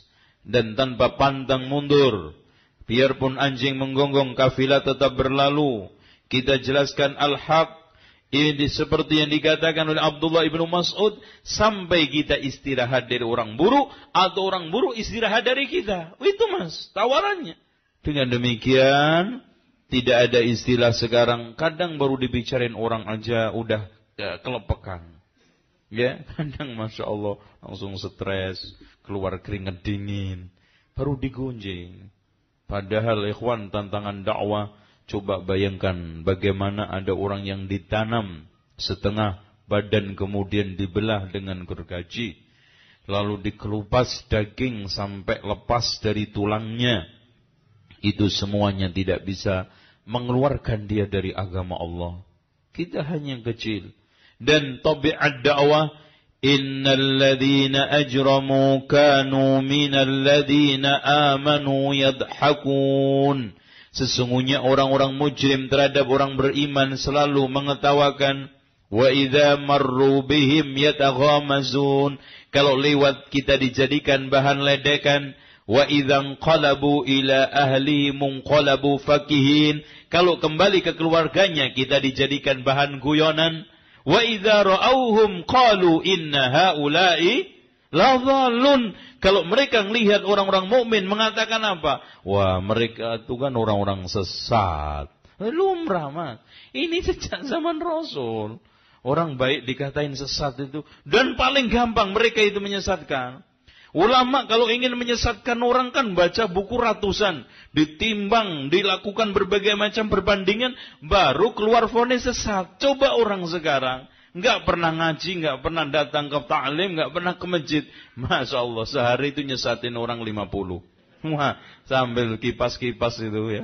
dan tanpa pantang mundur. Biarpun anjing menggonggong, kafilah tetap berlalu. Kita jelaskan al-haq. Ini seperti yang dikatakan oleh Abdullah ibnu Mas'ud. Sampai kita istirahat dari orang buruk. Atau orang buruk istirahat dari kita. Itu mas, tawarannya. Dengan demikian, tidak ada istilah sekarang. Kadang baru dibicarain orang aja udah kelepekan. Ya, kadang Masya Allah langsung stres, keluar keringat dingin, baru digunjing. Padahal ikhwan, tantangan dakwah, coba bayangkan bagaimana ada orang yang ditanam setengah badan kemudian dibelah dengan gergaji, lalu dikelupas daging sampai lepas dari tulangnya. Itu semuanya tidak bisa mengeluarkan dia dari agama Allah. Kita hanya kecil. Dan tabiat dakwah, innal ladzina ajramu kanu minal ladzina amanu yadhakun. Sesungguhnya orang-orang mujrim terhadap orang beriman selalu mengetawakan. Wa idza marru bihim yataghamazun. Kalau lewat kita dijadikan bahan ledekan. Wa idzan qalabu ila ahlihim munqalabu fakihin. Kalau kembali ke keluarganya kita dijadikan bahan guyonan. Wa idza ra'awhum qalu inna haula'i ladhallun. Kalau mereka melihat orang-orang mukmin mengatakan apa? Wah, mereka itu kan orang-orang sesat. Lumrah, Mas. Ini sejak zaman Rasul. Orang baik dikatain sesat itu, dan paling gampang mereka itu menyesatkan. Ulama kalau ingin menyesatkan orang kan baca buku ratusan, ditimbang, dilakukan berbagai macam perbandingan, baru keluar vonis sesat. Coba orang sekarang, nggak pernah ngaji, nggak pernah datang ke ta'lim, nggak pernah ke masjid. Masya Allah, sehari itu nyesatin orang 50. Wah, sambil kipas-kipas itu ya.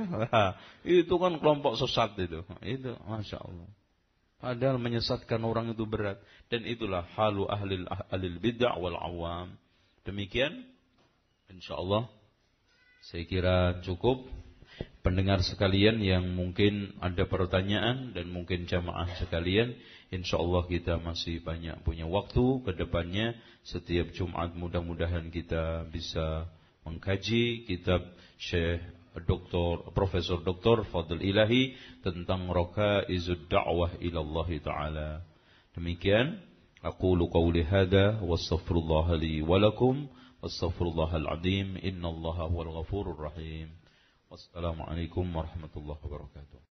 Itu kan kelompok sesat itu. Itu, Masya Allah. Padahal menyesatkan orang itu berat. Dan itulah halu ahlil bid'ah wal awam. Demikian, insyaallah saya kira cukup. Pendengar sekalian yang mungkin ada pertanyaan dan mungkin jamaah sekalian, insyaallah kita masih banyak punya waktu ke depannya. Setiap Jumat mudah-mudahan kita bisa mengkaji kitab Syekh Profesor Dr. Fadl Ilahi tentang Rakaizud Da'wah ila Allah Ta'ala. Demikian. أقول قولي هذا واستغفر الله لي ولكم واستغفر الله العظيم إن الله هو الغفور الرحيم والسلام عليكم ورحمة الله وبركاته.